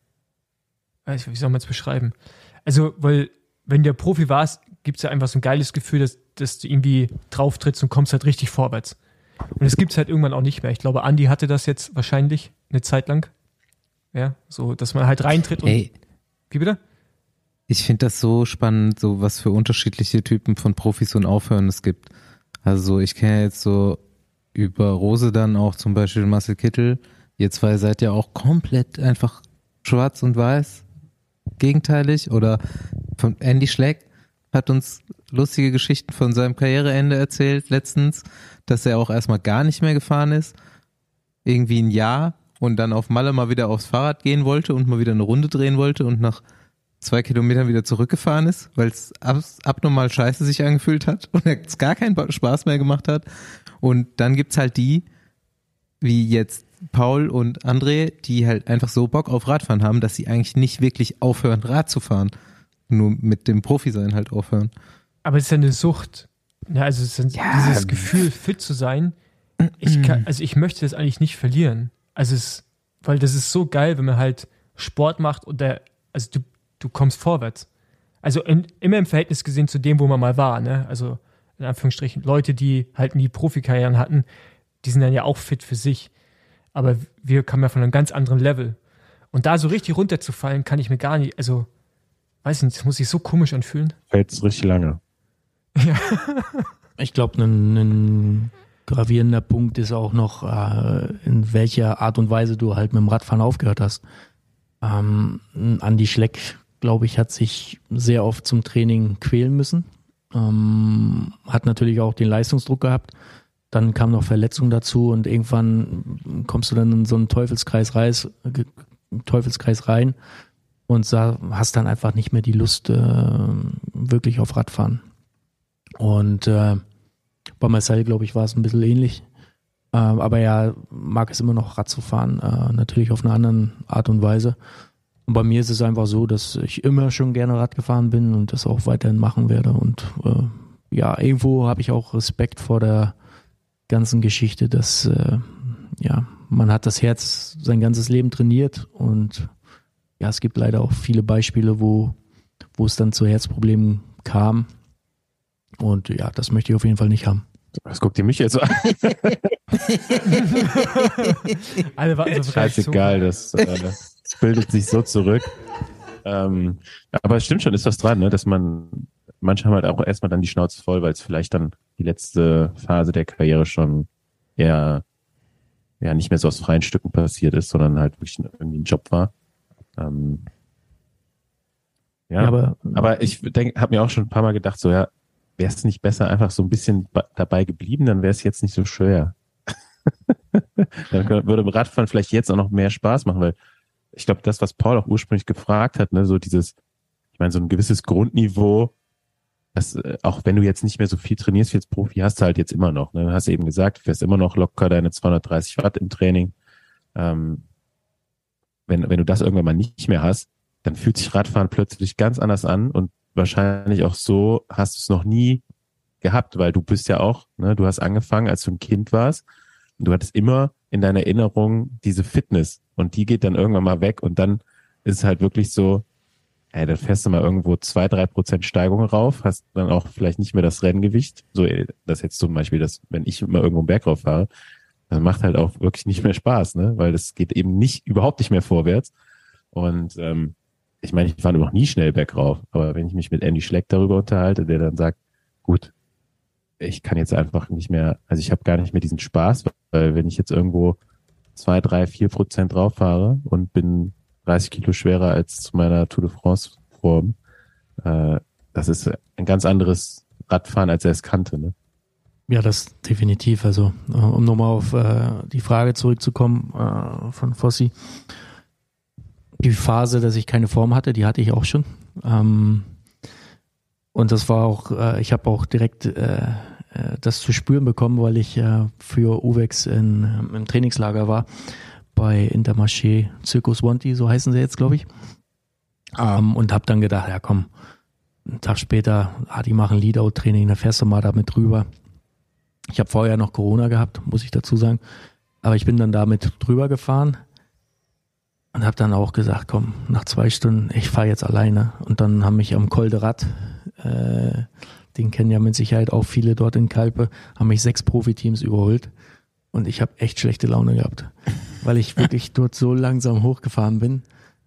wie soll man es beschreiben? Also, weil wenn du Profi warst, gibt es ja einfach so ein geiles Gefühl, dass du irgendwie drauf trittst und kommst halt richtig vorwärts. Und das gibt es halt irgendwann auch nicht mehr. Ich glaube, Andi hatte das jetzt wahrscheinlich eine Zeit lang. Ja, so, dass man halt reintritt und. Ey, Wie bitte? ich finde das so spannend, so was für unterschiedliche Typen von Profis und Aufhören es gibt. Also ich kenne jetzt so über Rose dann auch zum Beispiel Marcel Kittel. Ihr zwei seid ja auch komplett einfach schwarz und weiß, gegenteilig. Oder von Andy Schleck hat uns lustige Geschichten von seinem Karriereende erzählt letztens, dass er auch erstmal gar nicht mehr gefahren ist. Irgendwie ein Jahr und dann auf Malle mal wieder aufs Fahrrad gehen wollte und mal wieder eine Runde drehen wollte und nach 2 Kilometern wieder zurückgefahren ist, weil es abnormal scheiße sich angefühlt hat und es gar keinen Spaß mehr gemacht hat. Und dann gibt's halt die, wie jetzt Paul und André, die halt einfach so Bock auf Radfahren haben, dass sie eigentlich nicht wirklich aufhören, Rad zu fahren. Nur mit dem Profi-Sein halt aufhören. Aber es ist ja eine Sucht. Ja, also es ist dieses Gefühl, fit zu sein. Ich möchte das eigentlich nicht verlieren. Also weil das ist so geil, wenn man halt Sport macht und du kommst vorwärts. Also immer im Verhältnis gesehen zu dem, wo man mal war, ne? Also in Anführungsstrichen, Leute, die halt nie Profikarrieren hatten, die sind dann ja auch fit für sich. Aber wir kommen ja von einem ganz anderen Level. Und da so richtig runterzufallen, kann ich mir gar nicht, also, weiß nicht, das muss sich so komisch anfühlen. Fällt es richtig lange. Ich glaube, ein gravierender Punkt ist auch noch, in welcher Art und Weise du halt mit dem Radfahren aufgehört hast. Andi Schleck, glaube ich, hat sich sehr oft zum Training quälen müssen. Hat natürlich auch den Leistungsdruck gehabt. Dann kam noch Verletzung dazu und irgendwann kommst du dann in so einen Teufelskreis rein und hast dann einfach nicht mehr die Lust wirklich auf Radfahren. Und bei Marcel, glaube ich, war es ein bisschen ähnlich. Aber er mag es immer noch, Rad zu fahren, natürlich auf eine andere Art und Weise. Und bei mir ist es einfach so, dass ich immer schon gerne Rad gefahren bin und das auch weiterhin machen werde. Und ja, irgendwo habe ich auch Respekt vor der ganzen Geschichte, dass man hat das Herz sein ganzes Leben trainiert und ja, es gibt leider auch viele Beispiele, wo es dann zu Herzproblemen kam. Und ja, das möchte ich auf jeden Fall nicht haben. Was guckt ihr mich jetzt an? Alle warten so auf Reaktion. Scheißegal, das bildet sich so zurück. Aber es stimmt schon, ist was dran, ne? Dass manche haben halt auch erstmal dann die Schnauze voll, weil es vielleicht dann die letzte Phase der Karriere schon eher nicht mehr so aus freien Stücken passiert ist, sondern halt wirklich irgendwie ein Job war. Aber ich habe mir auch schon ein paar Mal gedacht, so ja, wäre es nicht besser einfach so ein bisschen dabei geblieben, dann wäre es jetzt nicht so schwer. Dann würde Radfahren vielleicht jetzt auch noch mehr Spaß machen, weil ich glaube, das, was Paul auch ursprünglich gefragt hat, ne, so dieses, ich meine, so ein gewisses Grundniveau, das, auch wenn du jetzt nicht mehr so viel trainierst wie als Profi, hast du halt jetzt immer noch. Ne? Du hast eben gesagt, du fährst immer noch locker deine 230 Watt im Training. Wenn du das irgendwann mal nicht mehr hast, dann fühlt sich Radfahren plötzlich ganz anders an und wahrscheinlich auch so hast du es noch nie gehabt, weil du bist ja auch, ne, du hast angefangen, als du ein Kind warst und du hattest immer in deiner Erinnerung diese Fitness und die geht dann irgendwann mal weg und dann ist es halt wirklich so, dann fährst du mal irgendwo 2-3% Steigung rauf, hast dann auch vielleicht nicht mehr das Renngewicht, so das jetzt zum Beispiel, wenn ich mal irgendwo einen Berg rauf fahre, das macht halt auch wirklich nicht mehr Spaß, ne, weil das geht eben überhaupt nicht mehr vorwärts und ich meine, ich fahre noch nie schnell bergauf, aber wenn ich mich mit Andy Schleck darüber unterhalte, der dann sagt, gut, ich kann jetzt einfach nicht mehr, also ich habe gar nicht mehr diesen Spaß, weil wenn ich jetzt irgendwo 2, 3, 4% drauf fahre und bin 30 Kilo schwerer als zu meiner Tour de France Form, das ist ein ganz anderes Radfahren, als er es kannte, ne? Ja, das definitiv. Also, um nochmal auf die Frage zurückzukommen von Fossi. Die Phase, dass ich keine Form hatte, die hatte ich auch schon. Und das war auch, ich habe auch direkt das zu spüren bekommen, weil ich für Uwex im Trainingslager war, bei Intermarché Circus Wanty, so heißen sie jetzt, glaube ich. Und habe dann gedacht, ja komm, einen Tag später, die machen Leadout-Training, da fährst du mal damit drüber. Ich habe vorher noch Corona gehabt, muss ich dazu sagen. Aber ich bin dann damit drüber gefahren. Und habe dann auch gesagt, komm, nach 2 Stunden, ich fahre jetzt alleine. Und dann haben mich am Col de Rad, den kennen ja mit Sicherheit auch viele dort in Calpe, haben mich 6 Profiteams überholt. Und ich habe echt schlechte Laune gehabt, weil ich wirklich dort so langsam hochgefahren bin.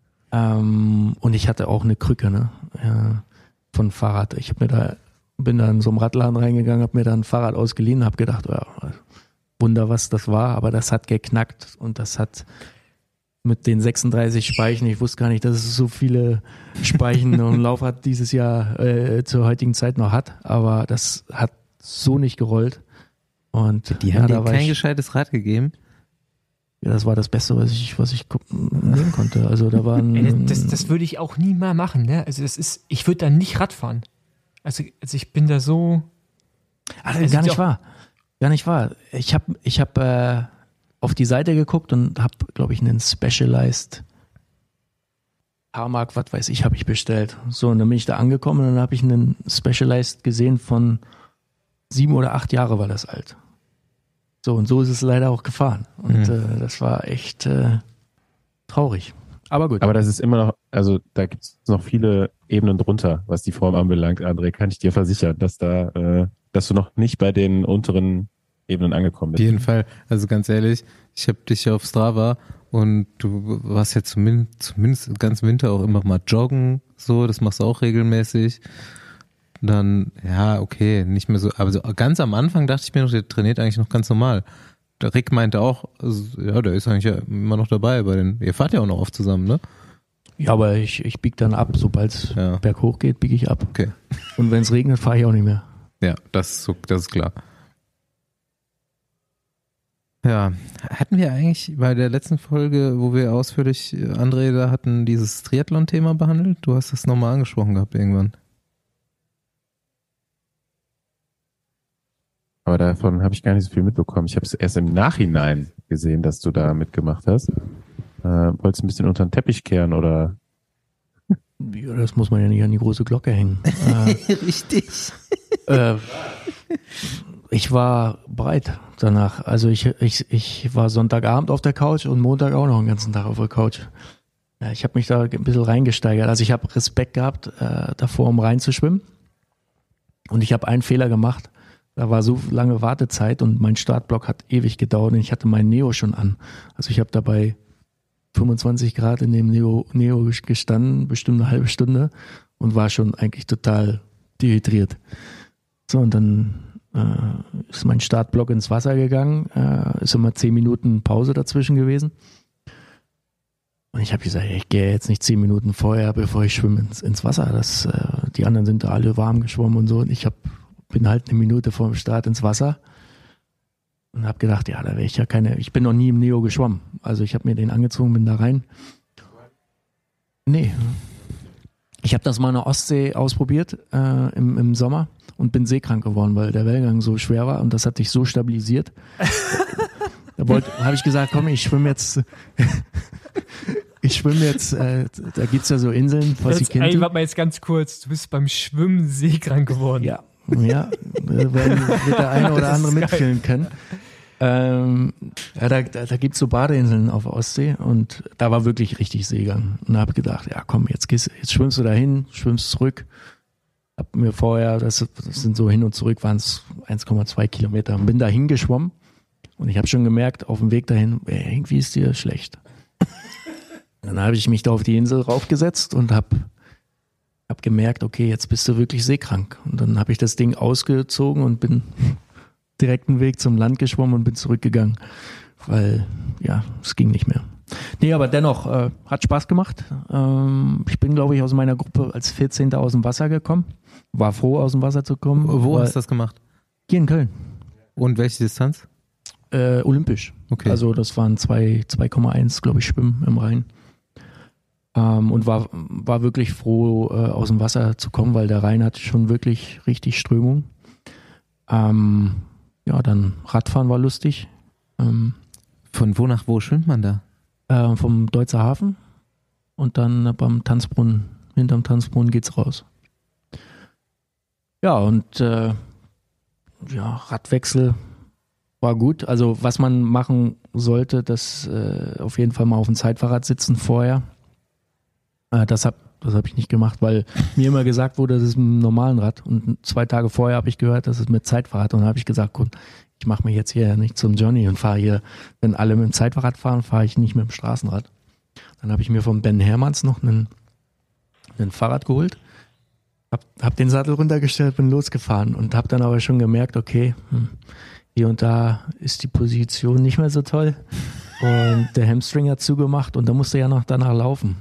Und ich hatte auch eine Krücke, ne, von Fahrrad. Ich bin da in so einem Radladen reingegangen, habe mir dann ein Fahrrad ausgeliehen, habe gedacht, ja, Wunder, was das war. Aber das hat geknackt und das hat mit den 36 Speichen, ich wusste gar nicht, dass es so viele Speichen und Laufrad dieses Jahr zur heutigen Zeit noch hat, aber das hat so nicht gerollt. Und die haben dir kein gescheites Rad gegeben? Ja, das war das Beste, was ich nehmen konnte. Also da waren das würde ich auch nie mal machen, ne? Also ich würde da nicht Rad fahren. Also ich bin da so. Also gar nicht wahr. Gar nicht wahr. Ich habe auf die Seite geguckt und habe, glaube ich, einen Specialized Haarmark, was weiß ich, habe ich bestellt. So, und dann bin ich da angekommen und dann habe ich einen Specialized gesehen von 7 oder 8 Jahre war das alt. So, und so ist es leider auch gefahren. Und das war echt traurig. Aber gut. Aber das ist immer noch, also da gibt es noch viele Ebenen drunter, was die Form anbelangt, André, kann ich dir versichern, dass du noch nicht bei den unteren Ebenen angekommen bist. Auf jeden Fall. Also ganz ehrlich, ich habe dich auf Strava und du warst ja zumindest ganz Winter auch immer mal joggen, so, das machst du auch regelmäßig. Dann, ja, okay, nicht mehr so, aber so ganz am Anfang dachte ich mir noch, der trainiert eigentlich noch ganz normal. Der Rick meinte auch, also, ja, der ist eigentlich ja immer noch dabei ihr fahrt ja auch noch oft zusammen, ne? Ja, aber ich biege dann ab, sobald es berghoch geht, biege ich ab. Okay. Und wenn es regnet, fahre ich auch nicht mehr. Ja, das ist klar. Ja, hatten wir eigentlich bei der letzten Folge, wo wir ausführlich André da hatten, dieses Triathlon-Thema behandelt? Du hast das nochmal angesprochen gehabt irgendwann. Aber davon habe ich gar nicht so viel mitbekommen. Ich habe es erst im Nachhinein gesehen, dass du da mitgemacht hast. Wolltest du ein bisschen unter den Teppich kehren oder? Ja, das muss man ja nicht an die große Glocke hängen. Richtig. Ich war bereit danach. Also ich war Sonntagabend auf der Couch und Montag auch noch den ganzen Tag auf der Couch. Ja, ich habe mich da ein bisschen reingesteigert. Also ich habe Respekt gehabt davor, um reinzuschwimmen. Und ich habe einen Fehler gemacht. Da war so lange Wartezeit und mein Startblock hat ewig gedauert und ich hatte meinen Neo schon an. Also ich habe dabei 25 Grad in dem Neo gestanden, bestimmt eine halbe Stunde und war schon eigentlich total dehydriert. So, und dann ist mein Startblock ins Wasser gegangen, ist immer 10 Minuten Pause dazwischen gewesen. Und ich habe gesagt, ich gehe jetzt nicht 10 Minuten vorher, bevor ich schwimme ins Wasser. Die anderen sind da alle warm geschwommen und so. Und ich bin halt 1 Minute vor dem Start ins Wasser. Und habe gedacht, ja, da wäre ich ja ich bin noch nie im Neo geschwommen. Also ich habe mir den angezogen, bin da rein. Nee. Ich habe das mal in der Ostsee ausprobiert im Sommer und bin seekrank geworden, weil der Wellgang so schwer war und das hat sich so stabilisiert. Da habe ich gesagt, komm, ich schwimme jetzt, da gibt's ja so Inseln, Ey, warte mal jetzt ganz kurz, du bist beim Schwimmen seekrank geworden. Ja, wird der eine oder andere mitfühlen können. Da gibt's so Badeinseln auf der Ostsee und da war wirklich richtig Seegang. Und da habe ich gedacht, ja komm, jetzt schwimmst du dahin, schwimmst zurück. Hab mir vorher, das sind so hin und zurück, waren es 1,2 Kilometer. Und bin da hingeschwommen und ich habe schon gemerkt, auf dem Weg dahin, irgendwie ist dir schlecht. Dann habe ich mich da auf die Insel raufgesetzt und hab gemerkt, okay, jetzt bist du wirklich seekrank. Und dann habe ich das Ding ausgezogen und bin direkt einen Weg zum Land geschwommen und bin zurückgegangen, weil, ja, es ging nicht mehr. Nee, aber dennoch, hat Spaß gemacht. Ich bin, glaube ich, aus meiner Gruppe als 14. aus dem Wasser gekommen. War froh, aus dem Wasser zu kommen. Wo hast du das gemacht? Hier in Köln. Und welche Distanz? Olympisch. Okay. Also das waren 2,1, glaube ich, Schwimmen im Rhein. Und war wirklich froh, aus dem Wasser zu kommen, weil der Rhein hat schon wirklich richtig Strömung. Dann Radfahren war lustig. Von wo nach wo schwimmt man da? Vom Deutzer Hafen und dann beim Tanzbrunnen, hinterm Tanzbrunnen geht's raus. Ja, und Radwechsel war gut. Also was man machen sollte, das auf jeden Fall mal auf dem Zeitfahrrad sitzen vorher. Das hab ich nicht gemacht, weil mir immer gesagt wurde, das ist mit einem normalen Rad. Und 2 Tage vorher habe ich gehört, das ist mit Zeitfahrrad. Und dann habe ich gesagt, gut, ich mache mir jetzt hier nicht zum Johnny und fahre hier, wenn alle mit dem Zeitfahrrad fahren, fahre ich nicht mit dem Straßenrad. Dann habe ich mir von Ben Hermanns noch ein Fahrrad geholt, hab den Sattel runtergestellt, bin losgefahren und habe dann aber schon gemerkt, okay, hier und da ist die Position nicht mehr so toll und der Hamstring hat zugemacht und da musste ja noch danach laufen.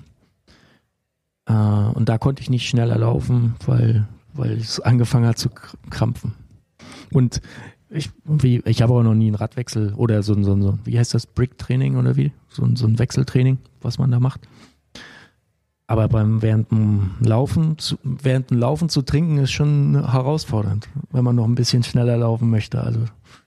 Und da konnte ich nicht schneller laufen, weil es angefangen hat zu krampfen. Und ich habe auch noch nie einen Radwechsel oder so wie heißt das, Brick-Training oder wie? So ein Wechseltraining, was man da macht. Aber während dem Laufen zu trinken ist schon herausfordernd, wenn man noch ein bisschen schneller laufen möchte. Also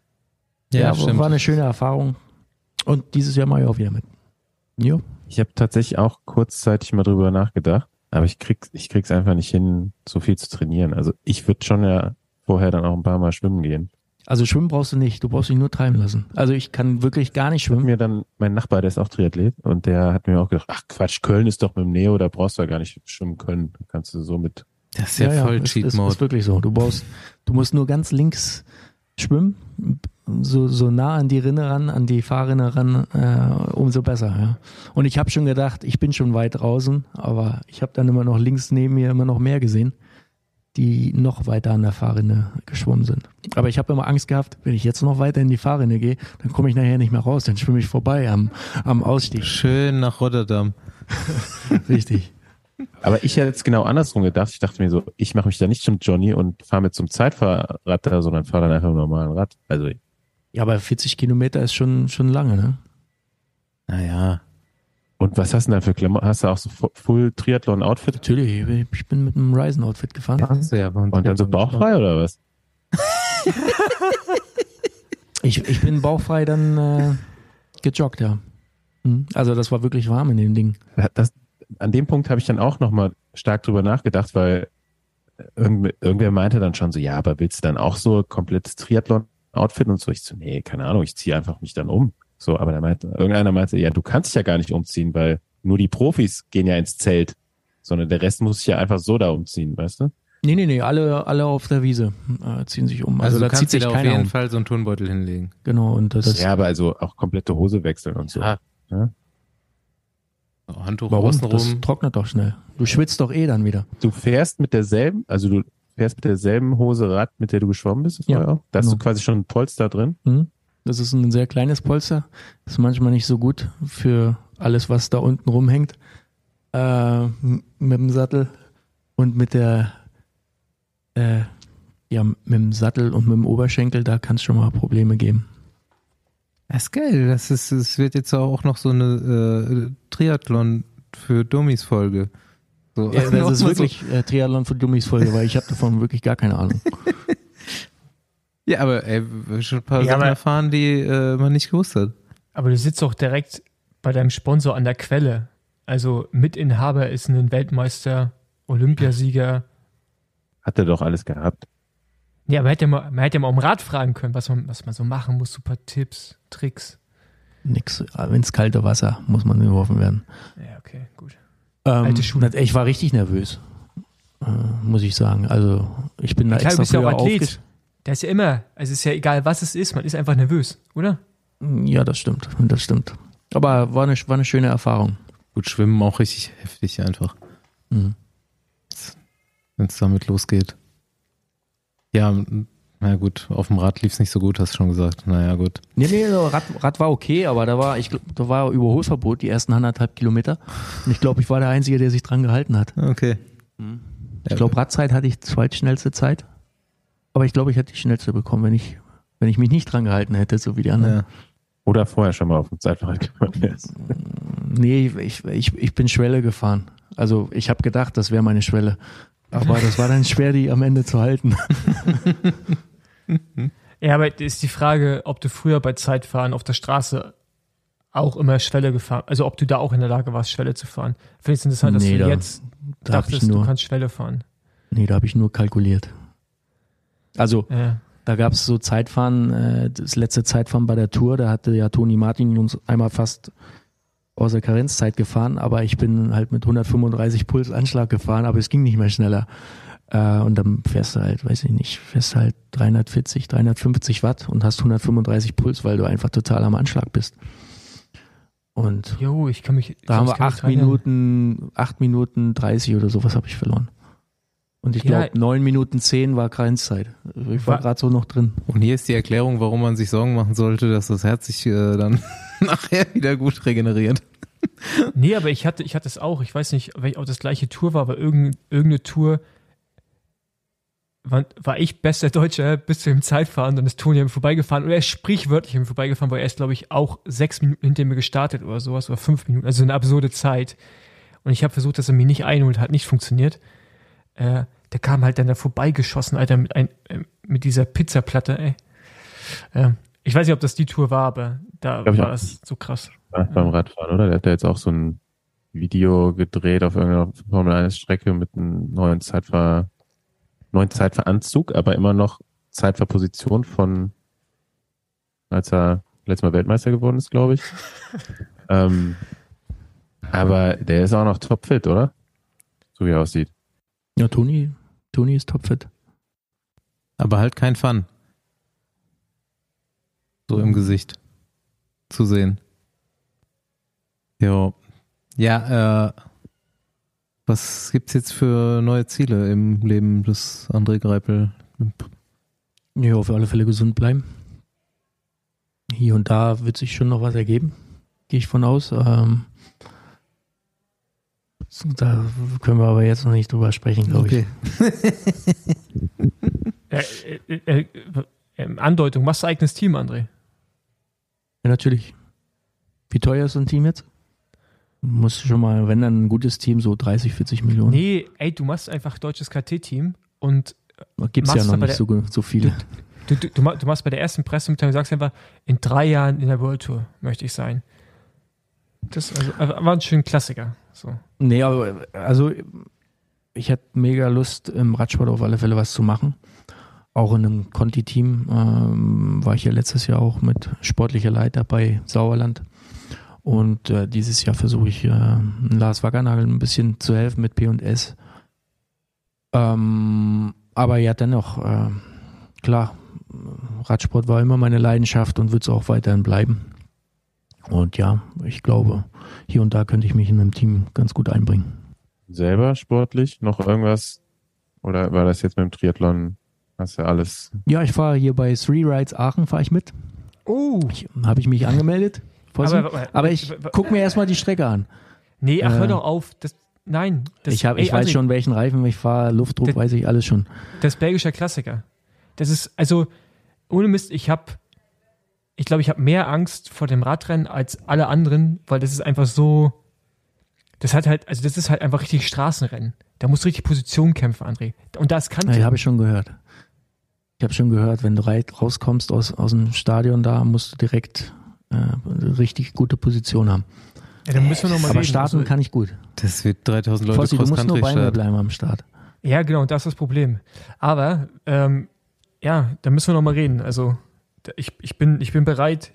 war eine schöne Erfahrung. Und dieses Jahr mache ich auch wieder mit. Jo. Ich habe tatsächlich auch kurzzeitig mal drüber nachgedacht, aber ich krieg's einfach nicht hin, so viel zu trainieren. Also ich würde schon ja vorher dann auch ein paar Mal schwimmen gehen. Also schwimmen brauchst du nicht, du brauchst dich nur treiben lassen. Also ich kann wirklich gar nicht schwimmen. Mir dann mein Nachbar, der ist auch Triathlet und der hat mir auch gedacht, ach Quatsch, Köln ist doch mit dem Neo, da brauchst du ja gar nicht schwimmen können. Da kannst du so mit. Das ist ja voll Cheat-Mode. Ist wirklich so. Du musst nur ganz links schwimmen, so nah an die Rinne ran, an die Fahrrinne ran, umso besser. Ja. Und ich habe schon gedacht, ich bin schon weit draußen, aber ich habe dann immer noch links neben mir immer noch mehr gesehen, die noch weiter an der Fahrrinne geschwommen sind. Aber ich habe immer Angst gehabt, wenn ich jetzt noch weiter in die Fahrrinne gehe, dann komme ich nachher nicht mehr raus, dann schwimme ich vorbei am Ausstieg. Schön nach Rotterdam. Richtig. Aber ich hätte jetzt genau andersrum gedacht. Ich dachte mir so, ich mache mich da nicht zum Johnny und fahre mit zum Zeitfahrrad da, sondern fahre dann einfach im normalen Rad. Also ja, aber 40 Kilometer ist schon lange, ne? Naja. Und was hast du denn da für Klamotten? Hast du auch so Full Triathlon-Outfit? Natürlich, ich bin mit einem Ryzen-Outfit gefahren. Und dann so bauchfrei oder was? Ich bin bauchfrei dann gejoggt, ja. Also das war wirklich warm in dem Ding. An dem Punkt habe ich dann auch nochmal stark drüber nachgedacht, weil irgendwer meinte dann schon so, ja, aber willst du dann auch so komplettes Triathlon-Outfit und so? Ich so, nee, keine Ahnung, ich ziehe einfach mich dann um. So, aber irgendeiner meinte, ja, du kannst dich ja gar nicht umziehen, weil nur die Profis gehen ja ins Zelt, sondern der Rest muss sich ja einfach so da umziehen, weißt du? Nee, alle auf der Wiese ziehen sich um. Also da du kannst zieht dir sich da auf jeden keiner Fall so einen Turnbeutel hinlegen. Genau. Und ja, aber also auch komplette Hose wechseln und so. Ja. Ja? Handtuch Warum? außenrum. Das trocknet doch schnell. Du schwitzt doch dann wieder. Du fährst mit derselben Hose Rad, mit der du geschwommen bist vorher auch? Da hast du quasi schon ein Polster drin? Das ist ein sehr kleines Polster. Das ist manchmal nicht so gut für alles, was da unten rumhängt. Mit dem Sattel und mit dem Sattel und mit dem Oberschenkel, da kann es schon mal Probleme geben. Das ist geil. Es wird jetzt auch noch so eine Triathlon für Dummies-Folge. So, Ja, das ist wirklich Triathlon für Dummies-Folge, weil ich habe davon wirklich gar keine Ahnung. Ja, aber schon ein paar Ja, Sachen aber- erfahren, die man nicht gewusst hat. Aber du sitzt auch direkt bei deinem Sponsor an der Quelle. Also Mitinhaber ist ein Weltmeister, Olympiasieger. Hat er doch alles gehabt. Ja, man hätte ja mal um Rat fragen können, was man so machen muss. Super Tipps, Tricks. Nix, ins kalte Wasser muss man geworfen werden. Ja, okay, gut. Ähm, Alte Schule. Ich war richtig nervös, muss ich sagen. Also ich bin da Klar, du extra bist ja auch früher Athlet. Da ist ja immer, also es ist ja egal, was es ist, man ist einfach nervös, oder? Ja, das stimmt. Aber war eine schöne Erfahrung. Gut, Schwimmen auch richtig heftig einfach, Mhm. wenn es damit losgeht. Ja, na gut, auf dem Rad lief es nicht so gut, hast du schon gesagt. Naja, gut. Nee, Rad war okay, aber da war Überholverbot die ersten 1,5 Kilometer. Und ich glaube, ich war der Einzige, der sich dran gehalten hat. Okay. Ich glaube, Radzeit hatte ich zweitschnellste Zeit. Aber ich glaube, ich hätte die schnellste bekommen, wenn ich mich nicht dran gehalten hätte, so wie die anderen. Ja. Oder vorher schon mal auf dem Zeitfahrrad gefahren wärst. Nee, ich bin Schwelle gefahren. Also ich habe gedacht, das wäre meine Schwelle. Aber das war dann schwer, die am Ende zu halten. Ja, aber ist die Frage, ob du früher bei Zeitfahren auf der Straße auch immer Schwelle gefahren, also ob du da auch in der Lage warst, Schwelle zu fahren. Finde ich es interessant, dass Nee, du da- jetzt Da habe ich dachtest, du nur, kannst Schwelle fahren. nee, da habe ich nur kalkuliert. Also Ja. da gab es so Zeitfahren, das letzte Zeitfahren bei der Tour, da hatte ja Toni Martin uns einmal fast aus der Karenzzeit gefahren, aber ich bin halt mit 135 Puls Anschlag gefahren, aber es ging nicht mehr schneller. Und dann fährst du halt, weiß ich nicht, 340, 350 Watt und hast 135 Puls, weil du einfach total am Anschlag bist. Und Jo, ich kann mich. da haben sonst wir kann ich dran erinnern. 8 Minuten 30 oder sowas habe ich verloren. Und ich Ja. glaube, 9 Minuten 10 war Grenzzeit. Ich war Wa- gerade so noch drin. Und hier ist die Erklärung, warum man sich Sorgen machen sollte, dass das Herz sich dann nachher wieder gut regeneriert. Nee, aber ich hatte es auch. Ich weiß nicht, ob das gleiche Tour war, aber irgendeine Tour war ich bester Deutscher bis zu dem Zeitfahren, dann ist Toni an mir vorbeigefahren oder er ist sprichwörtlich an mir vorbeigefahren, weil er ist, glaube ich, auch 6 Minuten hinter mir gestartet oder sowas oder 5 Minuten, also eine absurde Zeit. Und ich habe versucht, dass er mich nicht einholt, hat nicht funktioniert. Der kam halt dann da vorbeigeschossen, Alter, mit dieser Pizzaplatte, ey. Ich weiß nicht, ob das die Tour war, aber da Glaub ich war auch. das so krass. Beim Radfahren, oder? Der hat ja jetzt auch so ein Video gedreht auf irgendeiner Formel-1-Strecke mit einem neuen Zeitfahranzug, aber immer noch Zeitfahrposition von, als er letztes Mal Weltmeister geworden ist, glaube ich. Aber der ist auch noch topfit, oder? So wie er aussieht. Ja, Toni ist topfit. Aber halt kein Fun. So im Gesicht zu sehen. Jo. Ja, was gibt's jetzt für neue Ziele im Leben des André Greipel? Ja, auf alle Fälle gesund bleiben. Hier und da wird sich schon noch was ergeben. Gehe ich von aus. Da können wir aber jetzt noch nicht drüber sprechen, glaube ich. Andeutung, machst du eigenes Team, André? Ja, natürlich. Wie teuer ist so ein Team jetzt? Muss schon mal, wenn dann ein gutes Team, so 30, 40 Millionen. Nee, ey, du machst einfach deutsches KT-Team und Gibt es ja machst noch aber nicht so viele. du machst bei der ersten Pressemitteilung, sagst einfach, in 3 Jahren in der World Tour möchte ich sein. Das war ein schöner Klassiker. So. Nee, aber also ich hätte mega Lust, im Radsport auf alle Fälle was zu machen. Auch in einem Conti-Team war ich ja letztes Jahr auch mit sportlicher Leiter bei Sauerland. Und dieses Jahr versuche ich Lars Wackernagel ein bisschen zu helfen mit P&S. Aber ja, dennoch, klar, Radsport war immer meine Leidenschaft und wird es auch weiterhin bleiben. Und ja, ich glaube, hier und da könnte ich mich in einem Team ganz gut einbringen. Selber sportlich noch irgendwas? Oder war das jetzt mit dem Triathlon? Hast du alles? Ja, ich fahre hier bei Three Rides Aachen, fahre ich mit. Oh, Habe ich mich angemeldet. Aber ich aber- gucke mir erstmal die Strecke an. nee, ach, hör doch auf. Nein. Ich weiß André, schon, welchen Reifen ich fahre, Luftdruck, Das- weiß ich alles schon. Das ist belgischer Klassiker. Das ist, also, ohne Mist, ich habe ich glaube, ich habe mehr Angst vor dem Radrennen als alle anderen, weil das ist einfach so, das ist halt einfach richtig Straßenrennen. Da musst du richtig Position kämpfen, André. Und das kann Ja, habe ich schon gehört. Ich habe schon gehört, wenn du rauskommst aus dem Stadion, da musst du direkt eine richtig gute Position haben. Ja, dann müssen wir noch mal Aber reden. starten Also, kann ich gut. Das wird 3000 Leute Fossi, du musst nur bei mir Cross-Country-Start. bleiben am Start. ja, genau, und das ist das Problem. Aber, ja, da müssen wir noch mal reden. Also, ich bin bereit,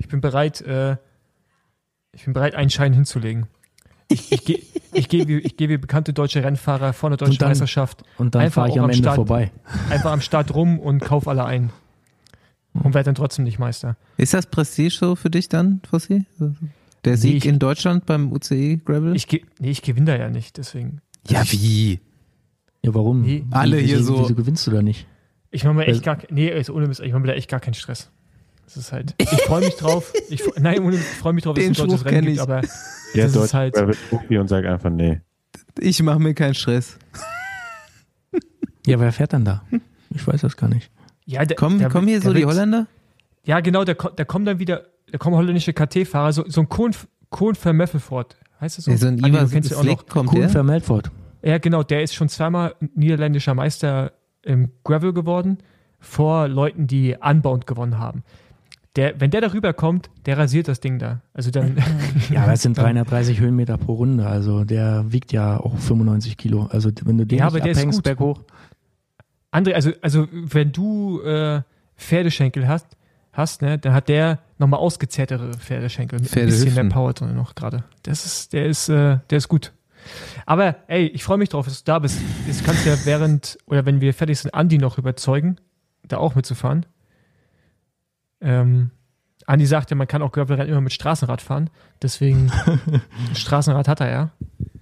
einen Schein hinzulegen. Ich gehe wie bekannte deutsche Rennfahrer vor einer deutschen Meisterschaft Und dann einfach fahre ich auch am am Ende Start. vorbei. einfach am Start rum und kauf alle ein. Und werde dann trotzdem nicht Meister. Ist das Prestige so für dich dann, Fossi? Der Sieg ich- in Deutschland beim UCI Gravel? Ich gewinne da ja nicht, deswegen. Ja, wie? Ja, warum? Nee. Alle hier so- Wieso gewinnst du da nicht? Ich mache mir echt ohne Mist, ich mache mir da echt gar keinen Stress. Das ist halt, ich freue mich drauf. Ich freue mich drauf, dass Den es ein deutsches Spruch Rennen kenn gibt, ich. aber Der das ist Deutsche halt, Gravel-Profi und sagt einfach nee. Ich mache mir keinen Stress. Ja, wer fährt dann da? Ich weiß das gar nicht. ja, Kommen hier so die Holländer? Ja, genau, da kommen holländische KT-Fahrer, so ein Koen Vermeufelfort. Heißt das so? Ja, so ein Andi, Ivar du kennst ihn auch noch. Slick kommt Kuhn der? Vermelfort. Ja, genau, der ist schon zweimal niederländischer Meister im Gravel geworden, vor Leuten, die Unbound gewonnen haben. Wenn der darüber kommt, der rasiert das Ding da. Also dann. Ja, das sind 330 Höhenmeter pro Runde. Also der wiegt ja auch 95 Kilo. Also wenn du den Ja, nicht aber der ist abhängst gut. berghoch. André, also wenn du Pferdeschenkel hast, ne, dann hat der nochmal ausgezehrtere Pferdeschenkel mit ein bisschen Pferdehüften. mehr Power drin noch gerade. Der ist gut. Aber ey, ich freue mich drauf, dass du da bist. Jetzt kannst du ja wenn wir fertig sind, Andi noch überzeugen, da auch mitzufahren. Andi sagt ja, man kann auch Gravelrennen immer mit Straßenrad fahren. Deswegen, Straßenrad hat er ja.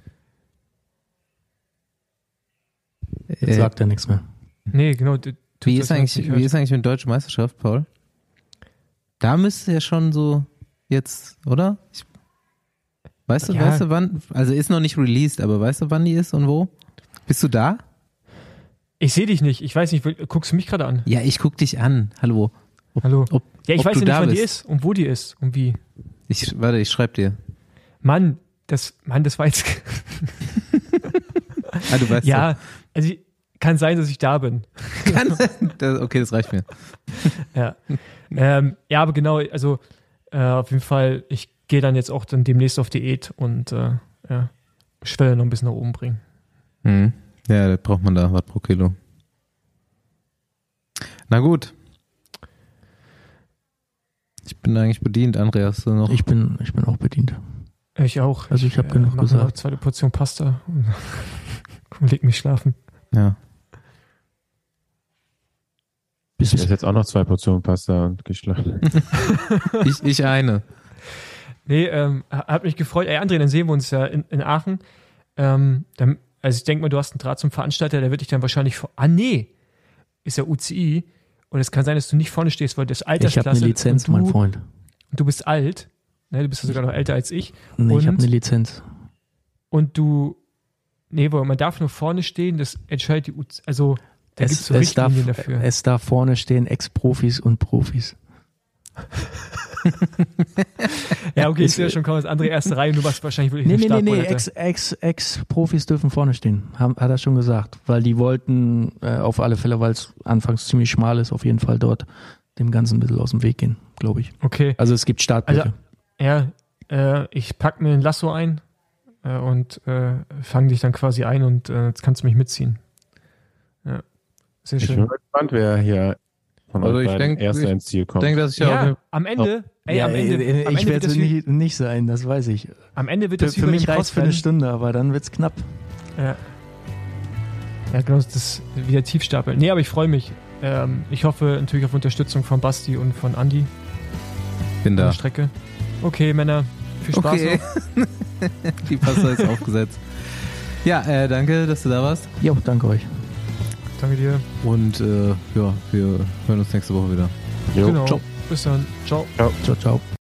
Jetzt sagt er nichts mehr. Nee, genau. Wie ist eigentlich mit deutsche Meisterschaft, Paul? Da müsste ja schon so jetzt, oder? Weißt du wann? Also ist noch nicht released, aber weißt du, wann die ist und wo? Bist du da? Ich sehe dich nicht. Ich weiß nicht, guckst du mich gerade an? Ja, ich guck dich an. Hallo. Hallo. Ja, ich ob weiß du ja nicht, da wann die bist. ist und wo die ist und wie. Ich schreib dir. Mann, das war jetzt. Ah, du weißt Ja, also kann sein, dass ich da bin. Okay, das reicht mir. Ja. Ja, aber genau, also auf jeden Fall, ich gehe dann jetzt auch dann demnächst auf Diät und Schwelle noch ein bisschen nach oben bringen. Hm. Ja, da braucht man da Watt pro Kilo. Na gut. Ich bin eigentlich bedient, Andreas. Du noch? Ich bin auch bedient. Ich auch. Also ich habe genug mach mir noch eine gesagt. zweite Portion Pasta und leg mich schlafen. Ja. Ich esse jetzt auch noch 2 Portionen Pasta und geschlafen. Ich eine. Nee, hat mich gefreut. Ey, André, dann sehen wir uns ja in Aachen. Also ich denke mal, du hast einen Draht zum Veranstalter, der wird dich dann wahrscheinlich ist ja UCI. Und es kann sein, dass du nicht vorne stehst, weil das Ich Altersklasse. habe eine Lizenz, und mein Freund. Und du bist alt. Ne, du bist ja sogar noch älter als ich. Nee, ich habe Und- eine Lizenz. Und man darf nur vorne stehen, das entscheidet die UCI. Also da gibt es so Es darf, Richtlinien dafür. es darf vorne stehen Ex-Profis und Profis. Ja, okay, ich sehe ja schon, komm, das andere erste Reihe und du warst wahrscheinlich wirklich Nee, eine nee, Startbeulte. Ex-Profis dürfen vorne stehen. Hat er schon gesagt. Weil die wollten auf alle Fälle, weil es anfangs ziemlich schmal ist, auf jeden Fall dort dem Ganzen ein bisschen aus dem Weg gehen, glaube ich. Okay, Also es gibt Startblöcke. ja, ich pack mir ein Lasso ein und fange dich dann quasi ein und jetzt kannst du mich mitziehen. Ja, sehr Ich bin schön. mal gespannt, wer hier von Also euch ich beiden denk- erster ins Ziel kommt. Ich denke, dass ich Ja, am Ende, am ich Ende werde wird das wie, nicht sein, das weiß ich. am Ende wird das wie Für bei mich dem reicht es für eine Crossrennen. Stunde, aber dann wird es knapp. Ja, genau, das ist wieder Tiefstapel. Nee, aber ich freue mich. Ich hoffe natürlich auf Unterstützung von Basti und von Andi bin an da. der Strecke. Okay, Männer, viel Spaß Okay. noch. Die Pasta ist aufgesetzt. Ja, danke, dass du da warst. Jo, danke euch. Danke dir. Und ja, wir hören uns nächste Woche wieder. Jo. Genau. Ciao. Bis dann. Ciao. Ciao, ciao.